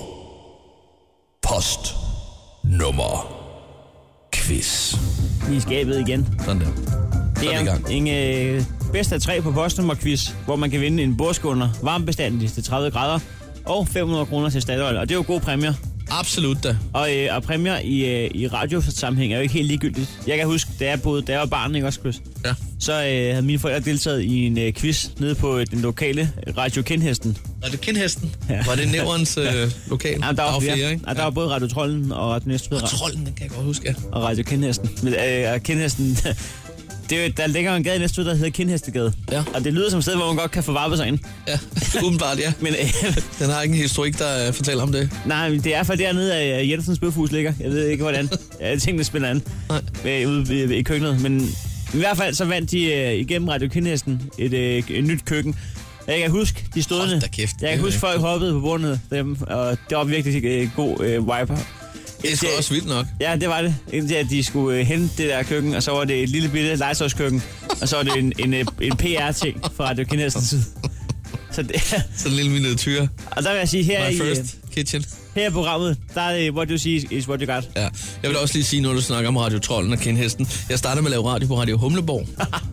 postnummer quiz. I skabet igen. Sådan der. Det er en øh, bedst af tre på postnummer-quiz, hvor man kan vinde en bordskåner, varmbestandig til tredive grader, og fem hundrede kroner til Statoil. Og det er jo gode præmier. Absolut da. Og, øh, og præmier i, øh, i radiosammenhæng er jo ikke helt ligegyldigt. Jeg kan huske, da jeg boede, da jeg var barn, ikke også, Chris? Ja. Så øh, havde mine forældre deltaget i en øh, quiz nede på øh, den lokale Radio Kindhesten. Radio Kindhesten? Ja. Var det Næverens øh, lokal? Ja, der var, flere, flere, ikke? Ja, der ja. var både Radio Trolden og Radio Næstved. Radio Trolden, den kan jeg godt huske, ja. Og Radio Kindhesten. Men øh, Kindhesten... Det er jo, der ligger en gade i Næstved, der hedder Kindhestegade. Ja. Og det lyder som et sted, hvor man godt kan få varme sig ind. Ja, udenbart, ja. Men, øh, den har ikke en historik, der uh, fortæller om det. Nej, men det er for dernede, at Jensens Bøfhus ligger. Jeg ved ikke, hvordan. Jeg tænkte, det spiller an øh, ude i, i køkkenet. Men i hvert fald så vandt de øh, igennem Radio Kindhesten et, øh, et nyt køkken. Jeg kan huske, de stående. Hold da kæft. Jeg kan huske, folk hoppede på bordet dem, og det var virkelig øh, god øh, wiper. Det er også vildt nok. Ja, det var det. Indtil at de skulle øh, hente det der køkken, og så var det et lille bitte legetøjskøkken, og så var det en, en, en, en P R-ting fra Radio Kindhestens side. Så det sådan en lille miniatyr. Og der vil jeg sige, her My i first kitchen. Her i programmet, der er det, what you see is what you got. Ja. Jeg vil også lige sige, når du snakker om Radio Trolden og Kindhesten. Jeg startede med at lave radio på Radio Humleborg.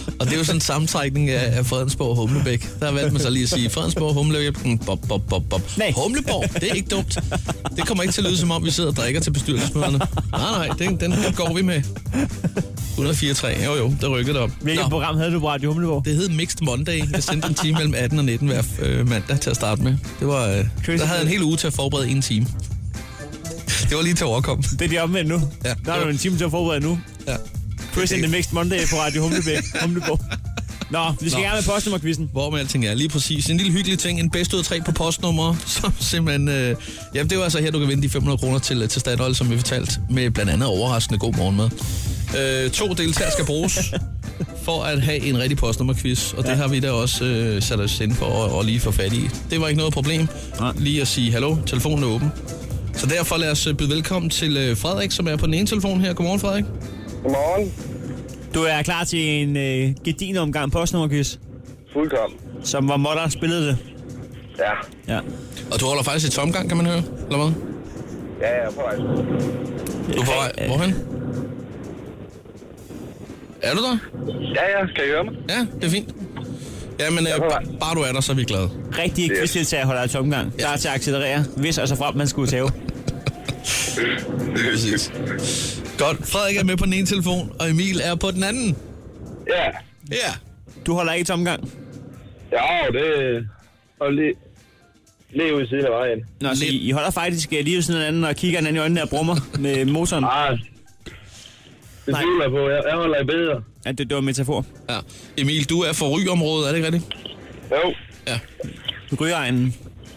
Og det er jo sådan en sammentrækning af, af Fredensborg og Humlebæk. Der valgte man så lige at sige, Fredensborg og Humlebæk, mm, bob, bob, bob, bob. Nej. Humleborg, det er ikke dumt. Det kommer ikke til at lyde, som om vi sidder og drikker til bestyrelsesmøderne. Nej, nej, den, den, den går vi med. et hundrede og fire komma tre, jo jo, der rykker det op. Hvilket Nå. program havde du på Radio Humleborg? Det hed Mixed Monday. Jeg sendte en time mellem atten og nitten hver øh, mandag til at starte med. Det var, øh, der havde en hel uge til at forberede en time. Det var lige til at overkomme. Det er de omvendt nu. Ja. Der er du en time til at forberede nu. Ja. Chris in the Mixed Monday på Radio Humleborg. Humleborg. Nå, vi skal Nå. gerne med postnummerquizzen. Hvor med alting er, lige præcis. En lille hyggelig ting, en bedst ud af tre på postnummer, som simpelthen... Øh, ja, det er jo altså her, du kan vinde de fem hundrede kroner til, til Statoil, som vi fortalt, med blandt andet overraskende god morgenmad. Øh, to deltagere skal bruges for at have en rigtig postnummerquiz, og ja. det har vi da også øh, sat os ind for at, at lige få fat i. Det var ikke noget problem. Nej. Lige at sige hallo, telefonen er åben. Så derfor lad os byde velkommen til øh, Frederik, som er på den ene telefon her. Godmorgen, Frederik. Godmorgen. Du er klar til en øh, gedigen omgang postnummerquiz? Fuldkommen. Som hvor Modder spillede det? Ja. Ja. Og du holder faktisk i tomgang, kan man høre, eller hvad? Ja, jeg er på vej. Du er på vej. Hvorhen? Er du der? Ja, ja. Kan I høre mig? Ja, det er fint. Jamen, øh, bare, bare du er der, så er vi glade. Rigtige yes. quizdeltager holder i tomgang. Ja. Klar til at accelerere, hvis og så frem man skulle tage. Præcis. Godt. Frederik er med på den ene telefon, og Emil er på den anden. Ja. Ja. Du holder ikke i tomgang? Ja, det er lige, lige ude i siden af vejen. Nå, så I, I holder faktisk lige ved siden af anden og kigger anden i øjnene og brummer med motoren? Nej. Det tvivler på. Jeg, jeg holder i bedre. Ja, det, det var en metafor. Ja. Emil, du er fra Ryområdet, er det ikke rigtigt? Jo. Ja. Ryegnen.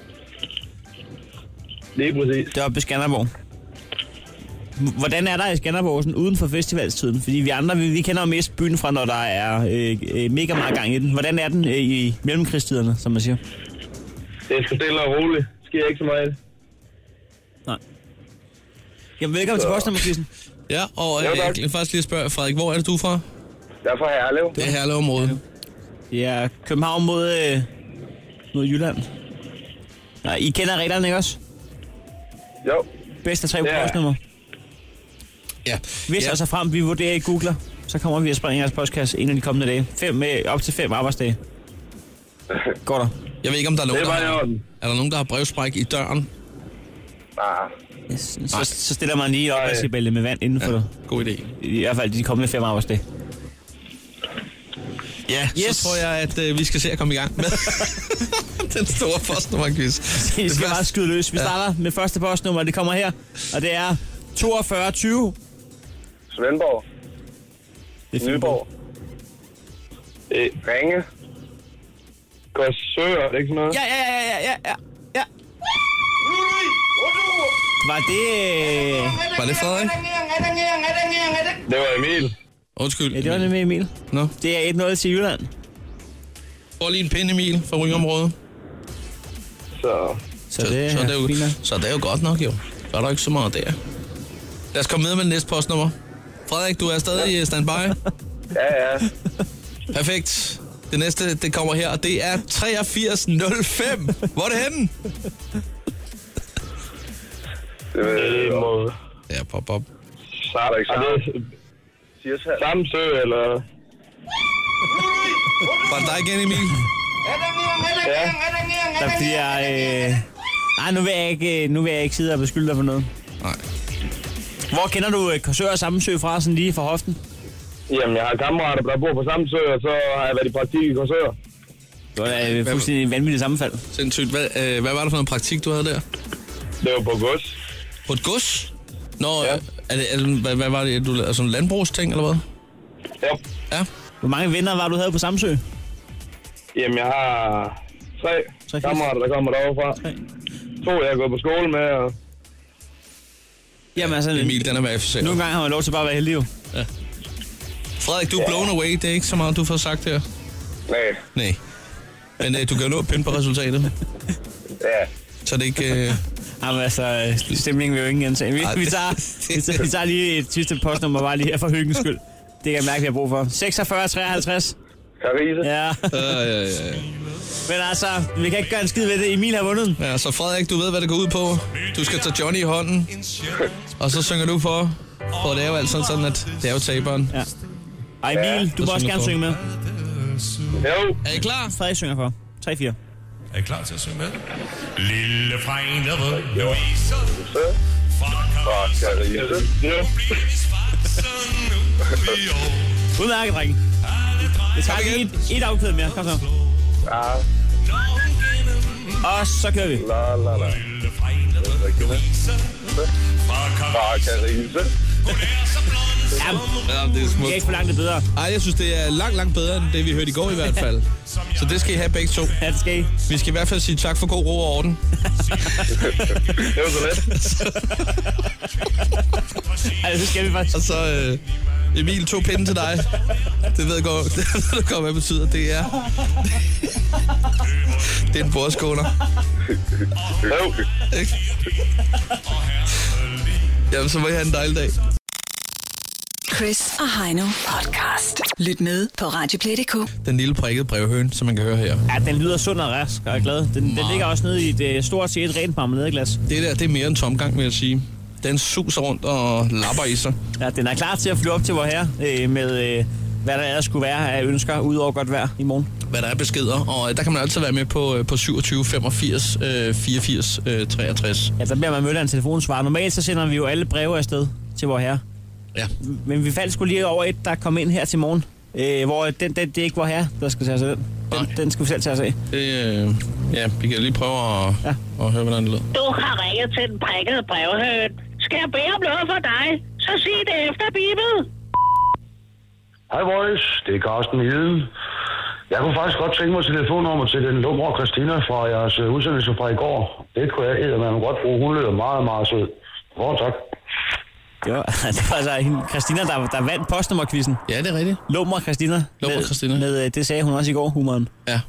Lige præcis. Det er oppe i Skanderborg. Hvordan er der i Skanderborg sådan uden for festivalstiden? Fordi vi andre, vi, vi kender jo mest byen fra, når der er øh, mega meget gang i den. Hvordan er den øh, i mellemkrigstiderne, som man siger? Det er stille og roligt. Det sker ikke så meget. Nej. Jamen, velkommen så. til postnummerquizzen. Ja, og øh, jeg vil faktisk lige spørge, Frederik, hvor er det du er fra? Jeg er fra Herlev. Det er Herlev-området. Det er København mod, øh, mod Jylland. Nej, I kender reglerne, ikke også? Jo. Bedst af tre ja. postnummer. Ja. Hvis ja. og så frem vi vurderer i Googler, så kommer vi at springe jeres postkasse en af de kommende dage. Fem med op til fem arbejdsdage. Går der? Jeg ved ikke, om der er nogen, er der har, er der nogen, der har brevspræk i døren? Nej. Yes. Så, så stiller man lige op og bælle med vand inden for ja, god idé. I hvert fald de kommende fem arbejdsdage. Ja, yes. Så tror jeg, at øh, vi skal se at komme i gang med den store postnummerquiz. Vi skal bare skyde løs. Vi ja. starter med første postnummer, det kommer her, og det er toogfyrre tyve. Svendborg. Det er Nyborg. Øh, Ringe. Korsør, er det ikke sådan noget? Ja, ja, ja, ja, ja, ja, ja. Var det... Var det Frederik? Det var Emil. Undskyld. Ja, det var det med Emil. Nå. Det er et nul til Jylland. Får lige en pind, Emil, fra Ryområdet. Så... Så, så, det, så, det er jo, fint. så det er jo godt nok, jo. Så er der ikke så meget der. Lad os komme med med det næste postnummer. Frederik, du er stadig i standby. Ja, ja. Perfekt. Det næste, det kommer her, og det er treogfirs nul fem. Hvor er det henne? Det er mod... Ja, pop, pop. Så er der ikke så. Samsø, eller... Var det dig igen, Emil? Ja. Der bliver... Øh... Nej, nu vil, jeg ikke, nu vil jeg ikke sidde og beskylde dig for noget. Nej. Hvor kender du Korsør og Samsø fra, sådan lige fra hoften? Jamen, jeg har kammerater, der bor på Samsø, og så har jeg været i praktik i Korsør. Det var da fuldstændig en vanvittig sammenfald. Sindssygt. Hvad, øh, hvad var det for en praktik, du havde der? Det var på gods. På et gods? Nå, ja. er det, er det, hvad, hvad var det? Du lavede sådan en landbrugsting, eller hvad? Ja. Ja. Hvor mange venner var du havde på Samsø? Jamen, jeg har tre, tre kammerater, der kommer derovre fra. Tre. To, jeg har gået på skole med, og... Jamen altså... Emil, den er verificeret. Nogle gange har man lov til bare at være heldig, jo. Ja. Frederik, du er blown away. Det er ikke så meget, du får sagt her. Nej. Nej. Men øh, du kan jo nå at pinde på resultatet. Ja. Så det ikke... Øh... Jamen altså, stemningen vil jo ingen antage. Vi, vi, tager, vi, tager, vi tager lige et sidste postnummer, bare lige her for hyggens skyld. Det kan jeg mærke, vi har brug for. seksogfyrre treoghalvtreds. Carise. Ja. Ja, ja, ja. Men altså, vi kan ikke gøre en skid ved det. Emil har vundet. Ja, så Frederik, du ved, hvad det går ud på. Du skal tage Johnny i hånden, og så synger du for. For det er jo altid sådan, at det er jo taberen. Ja. Ej, Emil, du må også gerne synge med. Jo. Er I klar? Frederik synger for. tre fire. Er I klar til at synge med? Lille Fregnede Louise fra Carise. Ja. Udmærket, drenge. Det tager vi et, et afklæde mere. Kom så. Ja. Og så kører vi. La la la. Fra Carise. Ja, Ja, det er det er smukt. ikke for langt det bedre. Ej, jeg synes, det er langt, langt bedre, end det, vi hørte i går i hvert fald. Så det skal I have begge to. Ja, det skal I. Vi skal i hvert fald sige tak for god ro og orden. Det var så let. Ej, det skal vi faktisk. Og så, øh, Emil, to pinde til dig. Det ved jeg godt, det ved jeg godt, hvad det betyder. Det er... Det er en bordskåner. Jo. Ikke? Jamen, så må I have en dejlig dag. Chris og Heino podcast. Lyt med på radioplay punktum d k. Den lille prikkede brevhøn, som man kan høre her. Ja, den lyder sund og rask, og jeg er glad. Den, den ligger også nede i et stort set rent marmeladeglas. Det der, det er mere en tomgang, vil jeg sige. Den suser rundt og lapper i sig. Ja, den er klar til at flyve op til vor herre øh, med, øh, hvad der ellers skulle være af ønsker, udover godt vejr i morgen. Hvad der er beskeder, og der kan man altid være med på, på syvogtyve femogfirs fireogfirs treogtres. Ja, der bliver man mødt af en telefonsvar. Normalt så sender vi jo alle breve afsted til vor herre. Ja. Men vi faldt sgu lige over et, der kom ind her til morgen, øh, hvor den, den, det er ikke vor herre, der skal tage sig den. Den, den skal vi selv tage os af. Det, øh, ja, vi kan lige prøve at, ja. at høre, hvordan det lyder. Du har ringet til den prikkede brevhøn. Skal jeg bede om noget for dig? Så sig det efter, Bibel. Hej, boys. Det er Carsten Hiden. Jeg kunne faktisk godt tænke mig telefonnummer til den lumre Christina fra jeres udsendelse fra i går. Det kunne jeg eddermame godt bruge. Hun lyder meget, meget sød. Hvor tak. Det var, det var altså hende, Christina, der, der vandt postnummerquizzen. Ja, det er rigtigt. Lumre Christina. Lumre Christina. Med, med, det sagde hun også i går, humoren. Ja.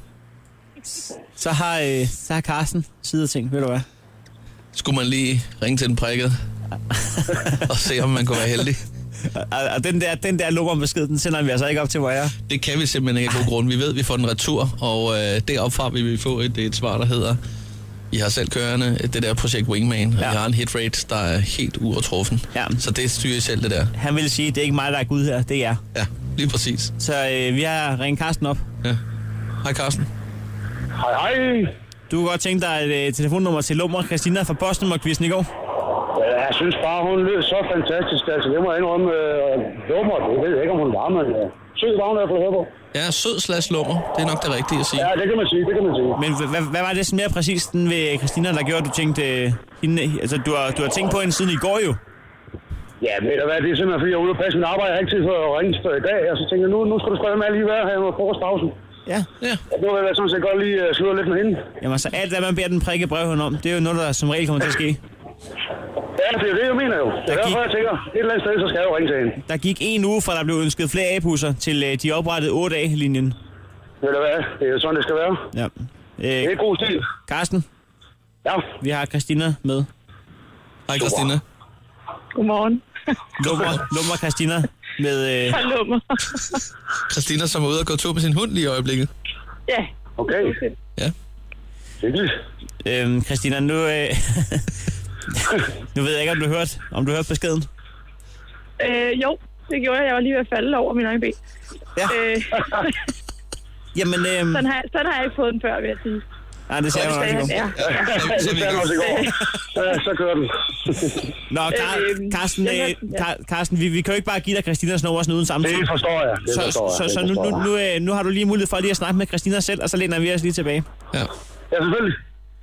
Så har, øh, så har Carsten side ting, ved du hvad? Skulle man lige ringe til den prikkede og se, om man kunne være heldig. Og, og den der, den der lummerbesked, den sender vi altså ikke op til hvor jeg er. Det kan vi simpelthen ikke af god grund. Vi ved, at vi får den retur, og øh, deropfra vil vi få et, et svar, der hedder: I har selv kørende det der projekt Wingman, og ja. I har en hitrate, der er helt uovertruffen. Ja. Så det styrer I selv, det der. Han vil sige, at det er ikke mig, der er Gud her, det er jer. Ja, lige præcis. Så øh, vi har ringet Carsten op. Ja. Hej Carsten. Hej, hej. Du kunne godt tænke dig et øh, telefonnummer til Lumre Christina fra postnummerquizzen i går. Ja, jeg synes bare, hun lød så fantastisk. Altså, det må jeg indrømme. Øh, lummer, det ved jeg ikke, om hun var, men øh, sød var hun der på at høre på. Ja, sød slash lummer. Det er nok det rigtige at sige. Ja, det kan man sige, det kan man sige. Men hvad, hvad var det sådan mere præcist den ved Christina, der gjorde, at du tænkte... Øh, hende, altså, du har, du har tænkt på hende siden i går jo. Ja, ved du hvad, det er simpelthen, fordi jeg er ude og passe mit arbejde. Jeg har ikke tid for at ringe før i dag, og så tænkte jeg, nu, nu skal du sgu med lige være her med frokostpausen. Ja. Ja. Nu vil jeg sådan set godt lige uh, slå lidt med hende. Jamen så alt, hvad man beder den prikke brevhøn om, det er jo noget, der som regel kommer til at ske. Ja, det er det, jeg mener jo. Det er derfor, jeg tænker, et eller andet sted, så skal jeg jo ringe til hende. Der gik en uge fra, der blev ønsket flere A-pusser til uh, de oprettede otte A-linjen. Ved du hvad, det er jo sådan, det skal være. Ja. Øh, det er god stil. Carsten? Ja? Vi har Christina med. Hej Christina. Godmorgen. Lummer, Lummer Christina med... Øh... Hej Lummer. Christina, som er ude og gå tur med sin hund lige i øjeblikket. Ja. Okay. Ja. Hyggeligt. Øhm, Christina, nu... Øh... nu ved jeg ikke, om du har hørt, om du har hørt beskeden. Øh, jo, det gjorde jeg. Jeg var lige ved at falde over min egen ben. Ja. Øh... Jamen, øhm... sådan, har, sådan har jeg ikke fået den før, vil jeg sige. Nej, det sagde jeg også i går. Ja. Ja, det sagde jeg også i går. Ja, så kører den. Nå, Car- Carsten, øh, Car- Carsten vi, vi kan jo ikke bare give dig Christinas nummer sådan uden samtidig. Det forstår jeg. Det så forstår jeg. så, så det nu, forstår nu, jeg. nu, nu har du lige mulighed for lige at snakke med Christina selv, og så læner vi os lige tilbage. Ja, ja selvfølgelig.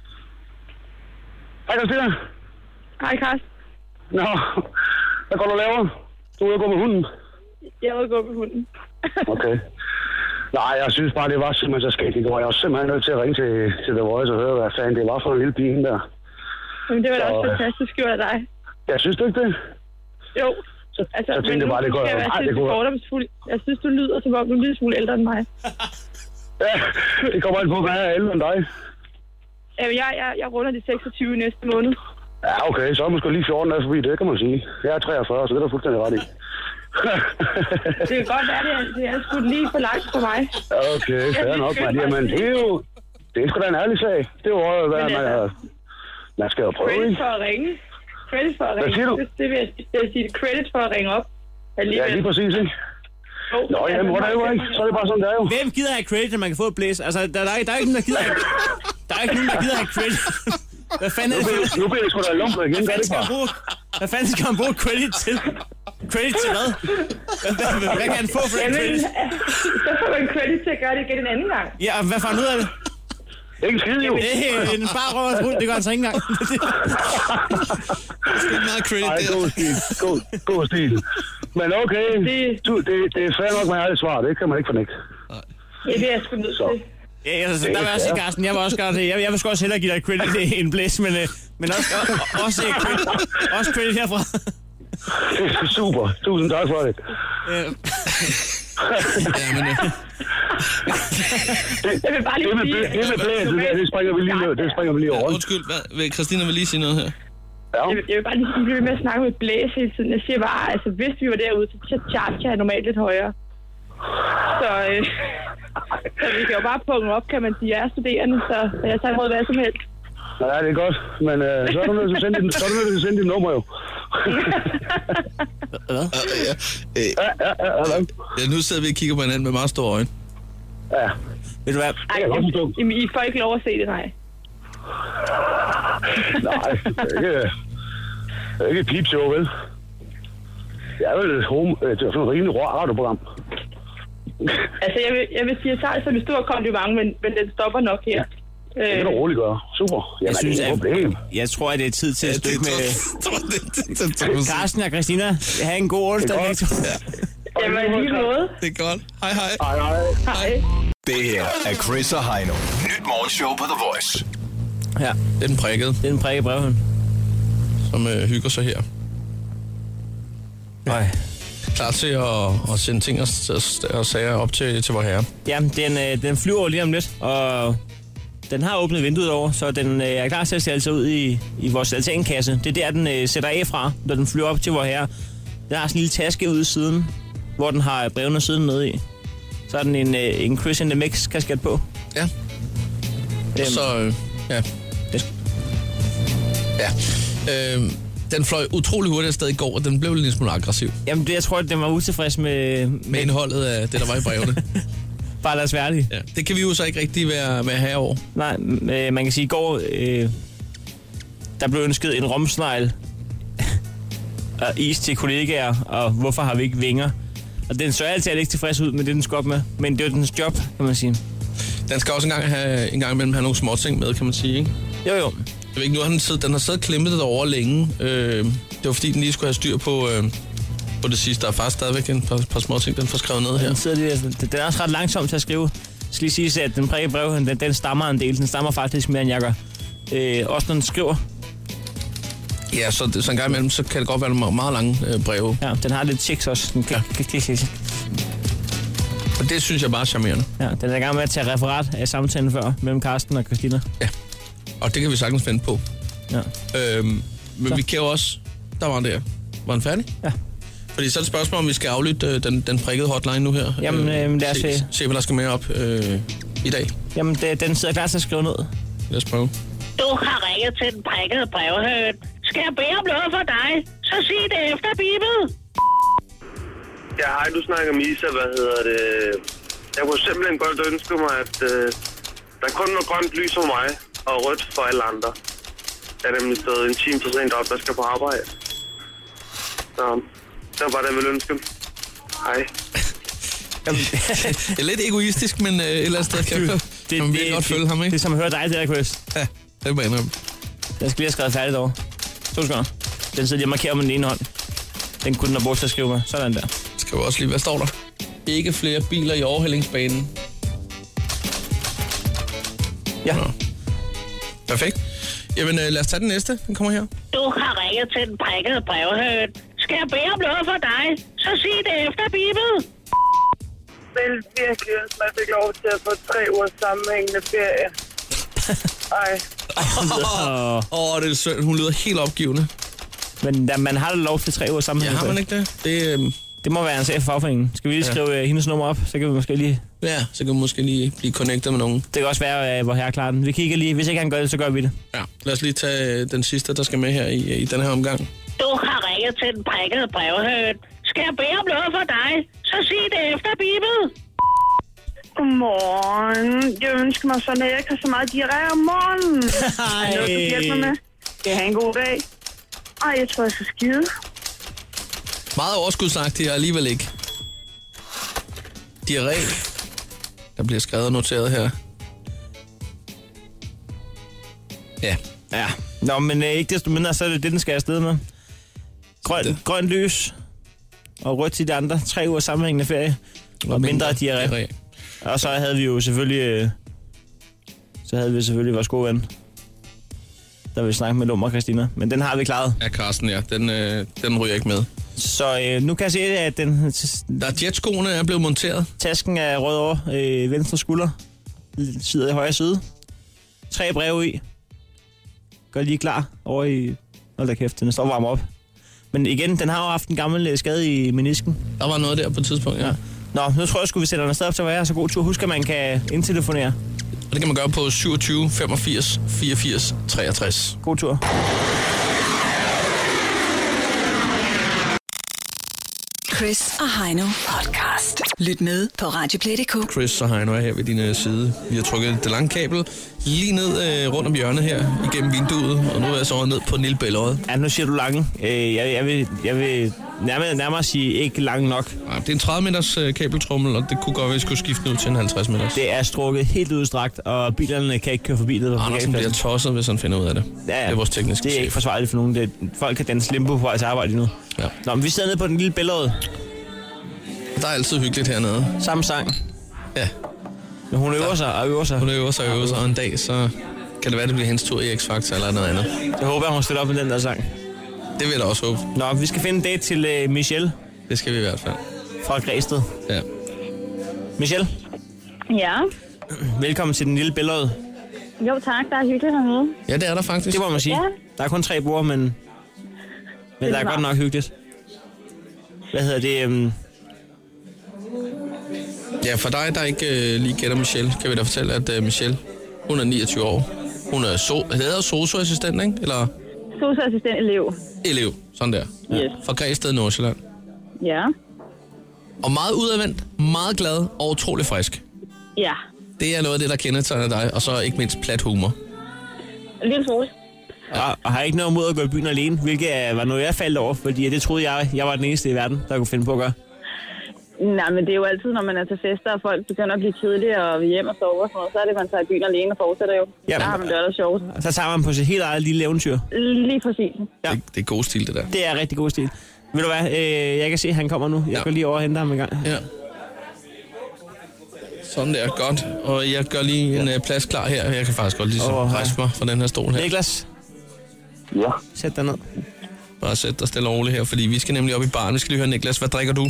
Hej Christina. Hej Carsten. Nå, hvad går du og laver? Du er ude og gå med hunden. Jeg er ude og gå med hunden. Okay. Nej, jeg synes bare, det var simpelthen så skægt i går. Jeg var simpelthen nødt til at ringe til, til The Voice og høre, hvad fanden det var for en lille pige der. Men det var da så, også fantastisk gjort af dig. Jeg synes du ikke det? Jo. Så, altså, så tænkte jeg bare, det går... Jeg, Nej, det går... fordomsfuld. Jeg synes, du lyder, som om du er en lille smule ældre end mig. Ja, det kommer ikke på, hvad jeg er ældre end dig. Jamen, jeg, jeg, jeg runder de seksogtyve næste måned. Ja, okay. Så er måske lige fjorten år forbi, det kan man sige. Jeg er treogfyrre, så det er der fuldstændig ret i. Det kan godt være, det er, det er sgu lige for langt for mig. Okay, fair nok, man. Jamen, det er jo... Det er sgu da en ærlig sag. Det er jo også, hvad man, altså, man skal jo prøve, credit ikke? for at ringe. Credit for at ringe. Hvad siger du? Det, det vil jeg, det vil jeg sige. Credit for at ringe op. Ja, lige præcis, ikke? Nå, jamen, hvor er det jo ikke? Så er det bare sådan, det er jo. Hvem gider have credit, når man kan få et blæs? Altså, der, der, er, der er ikke nogen, der gider have, der er ikke nogen, der gider have credit. Hvad fanden er det for? Nu bliver jeg sgu da lumper igen, hvad gør det skal bare. bruge, hvad fanden skal man bruge credit til? Credit til hvad? Hvad, hvad, hvad, hvad kan han få for den credit? Så får man credit til at gøre det igen en anden gang. Ja, og hvad får han ud af det? Ikke skide jo. Det er en bare røvers rund, det gør han så ikke engang. Det er meget credit Ej, der. god stil. God, god stil. Men okay, du, det, det er fair nok med ærligt svar. Det kan man ikke fornægte. Ja, det er jeg sgu nødt til. Ja, altså, der vil jeg sige, Carsten, jeg vil også gøre det. Jeg, jeg vil sgu også hellere give dig credit til en blæs, men, øh, men også, og, også, øh, credit, også credit herfra. Det er super. Tusind tak for det. Øh. Ja, men... Øh, det, Jeg vil bare lige det med, sige... det med blæs, det, der, det springer vi lige, det springer vi lige over. undskyld, hvad, vil Christina vil lige sige noget her? Ja. Jeg vil, jeg vil bare lige sige, at vi bliver med at snakke med blæs hele tiden. Jeg siger bare, altså hvis vi var derude, så charge jeg normalt lidt højere. Så, øh, så vi kan jo bare punge op, kan man sige. Jeg er studerende, så jeg tager imod hvad som helst. Ja, det er godt, men øh, så er du nødt til at sende din, så er du nødt til at sende dit nummer jo. Ja, ja. Øh, Ja, ja, ja, ja. ja, nu sidder vi og kigger på hinanden med meget store øjne. Ja. Ved du hvad? Ej, jamen, I får ikke lov at se det, nej. Nej, det er ikke, det er ikke et peepshow, vel? Det er vel et, home, et sådan et rimelig rå radioprogram. Altså, jeg vil, jeg vil sige, at jeg tager det som et stort kompliment, men, men den stopper nok her. Det kan du roligt gøre. Super. Jamen, Jeg synes, det er at, et problem. jeg tror, at det er tid til at Ja, stykke det med Carsten og Christina. Ha' en god onsdag. Det er begge to. Jamen, i lige måde. Det er godt. Hej, hej. Hej, hej. Hej. Det her er Chris og Heino. Nyt morgenshow på The Voice. Ja, det er den prikkede, Det er en prikke brevhøn. som øh, hygger sig her. Nej. Klar til at, at sende ting og, og sager op til, til vor herre. Ja, den, øh, den flyver lige om lidt, og den har åbnet vinduet over, så den øh, er klar til at sætte sig ud i, i vores altankasse. Det er der, den øh, sætter af fra, når den flyver op til vor herre. Den har sådan en lille taske ude i siden, hvor den har brevene siden nede i. Så er den en, øh, en Chris in the Mix kasket på. Ja. Øhm, Så, øh, ja. Det- Ja. Øh, den fløj utrolig hurtigt afsted i går, og den blev lidt smule aggressiv. Jamen, det, jeg tror, at den var utilfreds med... Med indholdet af det, der var i brevene. Bare lad os være det. Ja. Det kan vi jo så ikke rigtig være, være herover. Nej, øh, man kan sige, i går, øh, der blev ønsket en romsnegl og is til kollegaer, og hvorfor har vi ikke vinger? Og den så altid ikke tilfreds ud med det, den skulle op med. Men det er jo dens job, kan man sige. Den skal også engang, have, en gang imellem have nogle små ting med, kan man sige, ikke? Jo, jo. Jeg ved ikke, nu har den, siddet, den har siddet klemmet derovre længe. Øh, det var fordi, den lige skulle have styr på, øh, på det sidste. Der er faktisk stadigvæk en par, par små ting, den får skrevet ned her. Den, sidder lige, den er også ret langsom til at skrive. Jeg skal lige sige, at den prikke brev, den, den stammer en del. Den stammer faktisk mere, end jeg gør. Øh, også når den skriver. Ja, så, det, så en gang imellem, så kan det godt være nogle meget lange øh, breve. Ja, den har lidt tics også. Den kan, Ja. kan, kan, kan. Og det synes jeg bare er charmerende. Ja, den er i gang med at tage referat af samtalen før mellem Carsten og Christina. Ja, og det kan vi sagtens finde på. Ja. Øhm, men Så. vi kan jo også... Der var den der. Var den færdig? Ja. Fordi så er det et spørgsmål, om vi skal aflytte øh, den, den prikkede hotline nu her. Jamen, øh, lad os se, se. se, hvad der skal med op øh, i dag. Jamen, det, den sidder klar til at skrive ned. Lad os prøve. Du har ringet til den prikkede brevhøn. Skal jeg bede om noget for dig? Så sig det efter, Bibel. Ja, hej, du snakker om Isa, hvad hedder det? Jeg kunne simpelthen godt ønske mig, at øh, der kun var grønt lys for mig og rødt for alle andre. Jeg er nemlig stået en time for sent op, der skal på arbejde. Så det var bare det, jeg ville ønske. Hej. Det er lidt egoistisk, men øh, et eller andet sted kan Det, man det, virkelig det, godt det, følge ham, det ikke? er som at høre dig, det der, Chris. Ja, det må jeg indrømme. Jeg skal lige have skrevet færdigt over. To sekunder. Den sidder lige og markerer med den ene hånd. Den kunne den have brugt til at skrive med. Sådan der. Skal jo også lige, hvad står der? Ikke flere biler i overhældingsbanen. Ja. Nå. Perfekt. Jamen, øh, lad os tage den næste. Den kommer her. Du har ringet til den prikkede brevhøn. Skal jeg bede om noget for dig? Så sig det efter, Bibel. Vel, virkelig, at man fik lov til at få tre ugers sammenhængende ferie. Ej. Åh, oh, oh, det er synd. Hun lyder helt opgivende. Men da, man har da lov til tre uger sammen. Ja, har man ikke det? Det, øh... det må være en chef for fagforeningen. Skal vi lige Ja. skrive uh, hendes nummer op? Så kan vi måske lige... Ja, så kan vi måske lige blive connectet med nogen. Det kan også være, uh, hvor herre klarer den. Vi kigger lige. Hvis ikke han gør det, så gør vi det. Ja, lad os lige tage øh, den sidste, der skal med her i, i den her omgang. Du har ringet til den prikkede brevhøn. Skal Skal jeg bede om noget for dig? Så sig det efter, Bibel. Godmorgen. Jeg ønsker mig sådan, at jeg ikke har så meget diarré om morgenen. Er noget, du hjælper mig med? Skal jeg have en god dag? Ej, jeg tror, jeg skal skide. Meget overskudsagtigt, og alligevel ikke. Diarré. Der bliver skrevet og noteret her. Ja. Ja. Nå, men øh, ikke desto mindre, så er det det, den skal afsted med. Grøn, grøn lys og rødt til de andre. Tre uger sammenhængende ferie. Og, og mindre, mindre diarré. diarré. Og så havde vi jo selvfølgelig... Øh, så havde vi selvfølgelig vores gode ven. Der vil snakke med Lummer Christina. Men den har vi klaret. Ja, Carsten, ja. Den, øh, den ryger ikke med. Så øh, nu kan jeg se, at den... Der er jetskoene er blevet monteret. Tasken er rød over øh, venstre skulder. Sidder i højre side. Tre breve i. Gør lige klar over i... Hold da kæft, den står varm op. Men igen, den har jo haft en gammel skade i menisken. Der var noget der på et tidspunkt, ja. Nå, nu tror jeg, skulle vi sætte den afsted op til at være så god tur. Husk, at man kan indtelefonere. Og det kan man gøre på syvogtyve femogfirs fireogfirs treogtres. God tur. Chris og Heino podcast. Lyt med på radioplay punktum d k. Chris og Heino er her ved din side. Vi har trykket det lange kabel lige ned øh, rundt om hjørnet her, igennem vinduet, og nu er jeg så ned på Nille Bællerød. Ja, nu siger du lange. Øh, jeg, jeg, vil, jeg vil nærmere, nærmere sige ikke lang nok. Ja, det er en tredive meters øh, kabeltrummel, og det kunne godt være, at vi skulle skifte ud til en halvtreds meters. Det er strukket helt udstrakt, og bilerne kan ikke køre forbi det. Andersen bliver tosset, hvis han finder ud af det. Ja, ja. Det er vores tekniske Det er chef. ikke forsvarligt for nogen. Det, folk kan danse limbo på vej til arbejde nu. Ja. Nå, men vi sidder nede på den lille Bællerød. Der er altid hyggeligt hernede. Samme sang. Ja. Men hun øver sig og øver sig. Hun øver sig og øver sig, og en dag, så kan det være, det bliver hendes tur i X-Factor eller noget andet. Jeg håber, at hun stiller op med den der sang. Det vil jeg da også håbe. Nå, vi skal finde en date til uh, Michelle. Det skal vi i hvert fald. Fra Græsted. Ja. Michelle? Ja? Velkommen til den lille Bællerød. Jo tak, der er hyggeligt hernede. Ja, det er der faktisk. Det må man sige. Ja. Der er kun tre borde, men, men det der er godt nok hyggeligt. Hvad hedder det? Um... Ja, for dig, der ikke øh, lige gætter Michelle, kan vi da fortælle, at øh, Michelle, hun er niogtyve år. Hun er so, hedder sosu-assistent, ikke? Eller? Sosu-assistent elev. Elev, sådan der. Yes. Fra Græsted, Nordsjælland. Ja. Og meget udadvendt, meget glad og utrolig frisk. Ja. Det er noget af det, der kendetegner dig, og så ikke mindst plat humor. En lille smule. Ja. Og har ikke noget mod at gå i byen alene, hvilket var noget, jeg faldt over, fordi det troede jeg, jeg var den eneste i verden, der kunne finde på at gøre. Nej, men det er jo altid, når man er til fester, og folk begynder at blive kedelige og vil hjem og sove og sådan noget, så er det, man tager i byen alene og fortsætter jo. Jamen, der har man det aller sjovt. Så tager man på sit helt eget lille eventyr. Lige præcis. Ja. Det, det er god stil, det der. Det er rigtig god stil. Ved du hvad, øh, jeg kan se, at han kommer nu. Jeg ja. går lige over og henter ham en gang. Ja. Sådan der, godt. Og jeg gør lige en uh, plads klar her. Jeg kan faktisk godt lige så oh, rejse mig fra den her stol her. Niklas? Ja? Sæt dig ned. Bare sæt dig stille og roligt her, fordi vi skal nemlig op i baren. Vi skal lige høre, Niklas, hvad drikker du?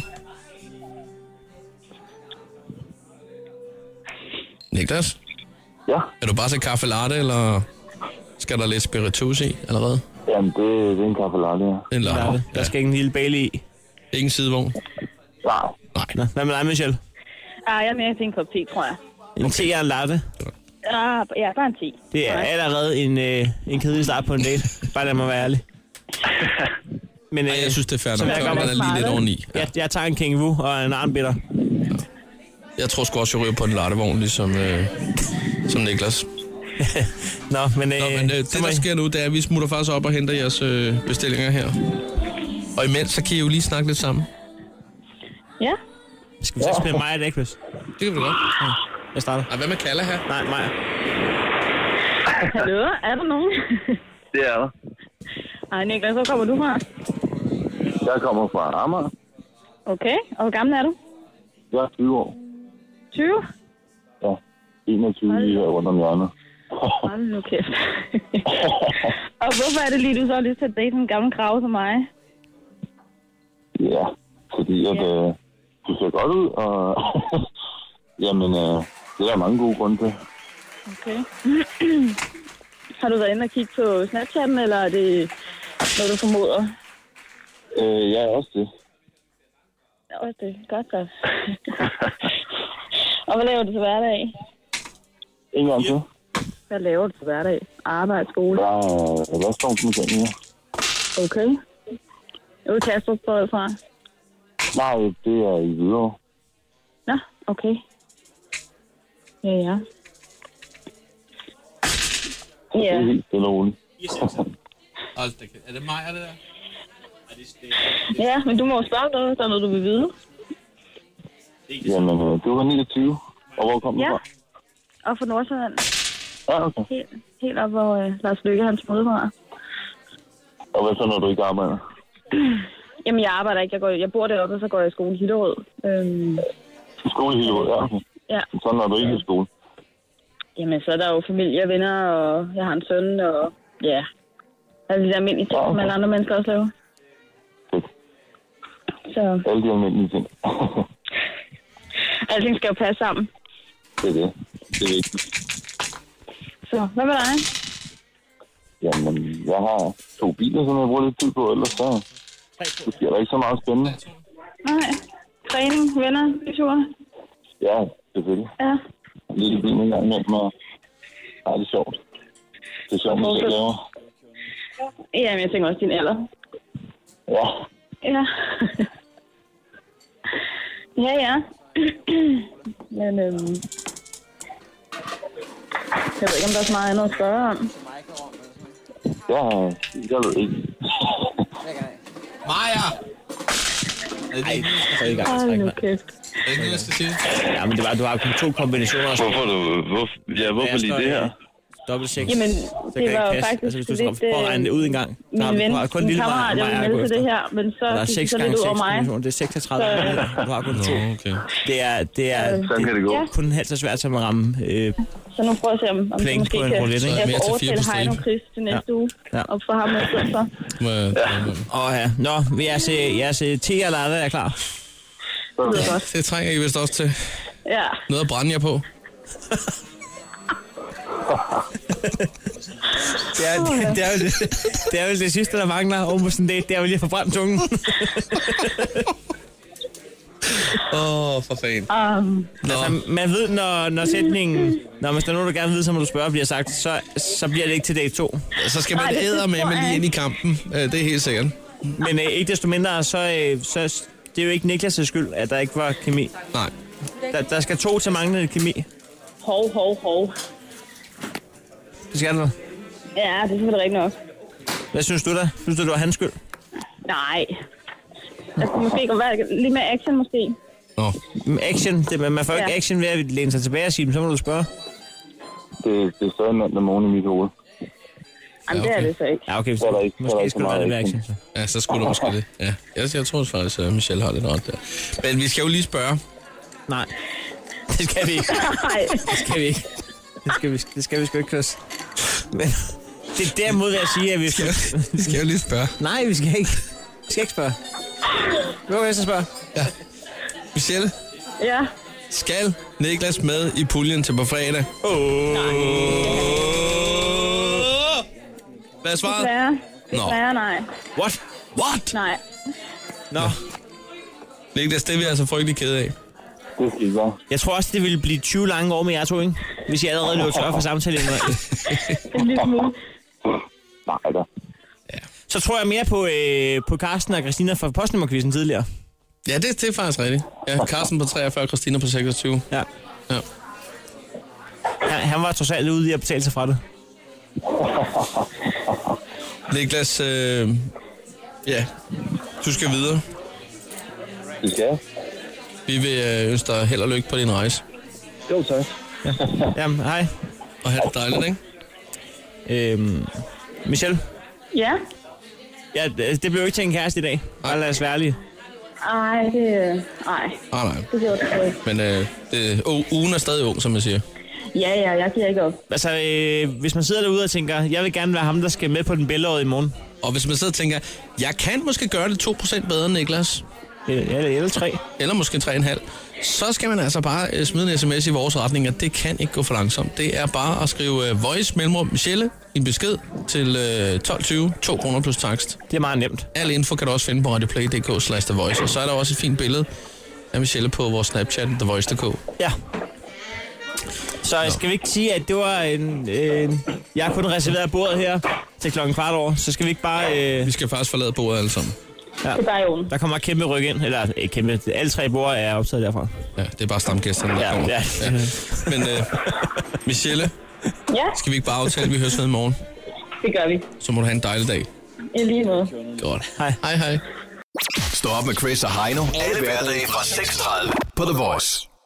Niklas? Ja? Er du bare til kaffe latte, eller skal der lidt spiritus i allerede? Jamen, det, det er en kaffe latte, ja. En latte, ja. Der skal ikke en lille Bailey i. Ingen sidevogn? Nej. Nej. Nå, hvad med dig, Michelle? Ah, jeg er mere til en kop te, tror jeg. En te og en latte? Ah, ja, bare en te. Det er allerede en, øh, en kedelig start på en date. Bare lad mig være ærlig. Men, øh, Ej, jeg synes, det er fair nok. Jeg, Klokken er lige lidt oveni. Ja. Jeg, jeg tager en King Wu og en armbitter. Ja. Jeg tror sgu også, jeg ryger på en lattevogn, ligesom øh, som Niklas. Nå, men, øh, Nå, men øh, det, der sker nu, det er, at vi smutter faktisk op og henter jeres øh, bestillinger her. Og imens, så kan I jo lige snakke lidt sammen. Ja. Skal vi så spille Maja Dækvis? Det kan vi godt. Ja. Jeg starter. Ej, hvad med Kalla her? Nej, Maja. Hallo, er der nogen? Det er der. Ej, Niklas, hvor kommer du fra? Jeg kommer fra Amager. Okay, og hvor gammel er du? Jeg er tyve år. tyve? Ja, enogtyve lige her rundt om hjørnet. Hold nu kæft. Og hvorfor er det lige, du så har lyst til at date en gammel krav som mig? Ja, fordi at, ja. Øh, du ser godt ud, og jamen, øh, det er der mange gode grunde til. Okay. Har du været inde og kigge på Snapchatten, eller er det noget, du formoder? Øh, jeg er også det. Ja, også det. Godt så. Og hvad laver du til hverdag? En gang til. Hvad laver du til hverdag? Arbejde, skole? Jeg er restaurantmekanik. Okay. Er du Kastrup fra? Nej, det er i Hvidovre. Nå, okay. Ja, ja. Det Ja. er helt stille og roligt. Er det mig, er det der? Ja, men du må jo spørge om noget, der er noget, du vil vide. Jamen, øh, du var niogtyve. Og hvor kom du Ja. fra? Og fra Nordsjælland. Ja, okay. Helt, helt op, hvor øh, Lars Løkke, hans modvar. Og hvad så, når du ikke arbejder? Jamen, jeg arbejder ikke. Jeg, går, jeg bor deroppe, og så går jeg i skole i Hillerød. Øhm, I skole i Hillerød, ja. Okay. ja. Så når du ikke i skole? Jamen, så er der jo familie og venner, og jeg har en søn, og ja. Alle de der almindelige ting, som alle andre mennesker også laver. Fedt. Så Alle de almindelige ting. alting skal jo passe sammen. Det er det. Det er vigtigt. Så, hvad med dig? Jamen, jeg har to biler, som jeg bruger lidt tid på, ellers så det sker der ikke så meget spændende. Nej. Træning, venner, byture. Ja, selvfølgelig. Ja. Lidt i bilen en gang imellem, og ja, det er sjovt. Det er sjovt, man selv laver. Ja, men jeg tænker også din alder. Ja. Ja. ja, ja. Men øhm, jeg ved ikke, om der er så meget andet at spørge om. Ja, jeg ved ikke. Maja! Nej, så er det i gang. Hold nu kæft. Er det ikke noget, jeg skal sige? Ja, men det var, du har kun to kombinationer. Hvorfor du, hvor, ja, hvorfor lige det her? Dobbelt seks. Jamen, så det kan var jo ikke passe. faktisk Altså, hvis du lidt, skal prøve at regne det ud en gang. Min ven, du har kun min lille kammerat, jeg Maja var at gå med til efter. det her, men så Og der er gik seks det så gange lidt ud seks over mig. kombinationer. Det er seksogtredive. Så- Du har kun to. Nå, okay. Det er, det er, Sådan kan det gå. kun halvt så svært som at ramme øh, Så nu prøver jeg at se, om, om Pling du måske på en kan roulette, ikke? jeg Mere får til fire overtale på Heino stribe. Chris til næste uge. Ja. Og få ham med i stedet for. Må jeg- Åh ja. Nå, vil jeg se, jeres øh, te eller hvad er klar? Det lyder godt. Det trænger I vist også til. Ja. Noget at brænde jer på. Det er, det, det, er jo det, det er jo det sidste, der mangler oven på sådan en date. Det er jo lige at få brændt tungen. Åh, oh, for fanden. Um, Altså, man ved, når, når sætningen, når hvis der er nogen, der gerne vil vide, så må du spørge, bliver sagt, så, så bliver det ikke til date to. Så skal man Nej, det æder med tror jeg lige ind i kampen. Øh, Det er helt sikkert. Men øh, ikke desto mindre, så, øh, så det er jo ikke Niklas' skyld, at der ikke var kemi. Nej. Der, der skal to til manglende kemi. hov, hov, hov. Det skal der. Ja, det er selvfølgelig rigtigt nok. Hvad synes du da? Synes du, det var hans skyld? Nej. Der skulle måske godt være lidt mere action, måske. Nå. Men Action, det, man får ikke Ja. action ved at læne sig tilbage og sige dem, så må du spørge. Det, det er stadig mandag morgen i mit hoved. Jamen, det er det så ikke. Ja, okay, Så er der ikke- så er der måske ikke skulle så der være meget lidt action. Så. Ja, så skulle du måske det. Ja, jeg, jeg tror faktisk, at Michelle har lidt ret der. Men vi skal jo lige spørge. Nej, det skal vi ikke. Nej. Det skal vi ikke. Det skal vi, det skal vi sgu ikke, Chris. Men det er derimod, vil jeg sige, at vi skal... Vi skal jo lige spørge. Nej, vi skal ikke. Vi skal ikke spørge. Hvad vil jeg så spørge? Ja. Michelle, Ja. skal Niklas med i puljen til på fredag? Åh. Hvad er svaret? Desværre. Nå. Desværre, nej. What? What? Nej. Nå. Niklas, det er vi altså frygtelig kede af. Det skal I gøre. Jeg tror også, det ville blive tyve lange år med jer to, ikke? Hvis jeg allerede løber tør for samtalen. En lille smule. Nej da. Så tror jeg mere på, øh, på Carsten og Christina fra postnummerquizzen tidligere. Ja, det, det er faktisk rigtigt. Ja, Carsten på treogfyrre, Christina på seksogtyve. Ja. Ja. Han, han var trods alt ude i at betale sig fra det. Niklas, øh, ja, du skal videre. Det skal jeg. Vi vil øh, ønske dig held og lykke på din rejse. Jo, tak. Ja. Jamen, hej. Og have det dejligt, ikke? Øhm, Michelle? Ja. Ja, det, det blev jo ikke til en kæreste i dag. Bare lad os være ærlige. Ej, det... Ej. Ah, nej. Det gjorde det ikke. Men øh, det, oh, ugen er stadig ung, som jeg siger. Ja, ja, jeg giver ikke op. Altså, øh, hvis man sidder derude og tænker, jeg vil gerne være ham, der skal med på den bælgerød i morgen. Og hvis man sidder og tænker, jeg kan måske gøre det to procent bedre end Niklas. Eller, eller tre. Eller måske tre komma fem. Så skal man altså bare øh, smide en sms i vores retning, og det kan ikke gå for langsomt. Det er bare at skrive øh, voice mellemrum Michelle en besked til øh, tolv tyve, to kroner plus takst. Det er meget nemt. Al info kan du også finde på radioplay punktum d k slash the voice. Og så er der også et fint billede af Michelle på vores Snapchat, the voice punktum d k. Ja. Så Nå. Skal vi ikke sige, at det var en... en jeg har kun reserveret bordet her til klokken kvart over, så skal vi ikke bare... Øh... Vi skal faktisk forlade bordet alle sammen. Ja. Det er bare i orden. Der kommer et kæmpe ryg ind. Eller ikke kæmpe. Alle tre borde er optaget derfra. Ja, det er bare stamgæsterne, der ja, kommer. Ja. Ja. Men uh, Michelle, ja? skal vi ikke bare aftale, at vi høres ved i morgen? Det gør vi. Så må du have en dejlig dag. I lige måde. Godt. Hej. Hej, hej. Stå op med Chris og Heino. Alle hverdage fra seks tredive på The Voice.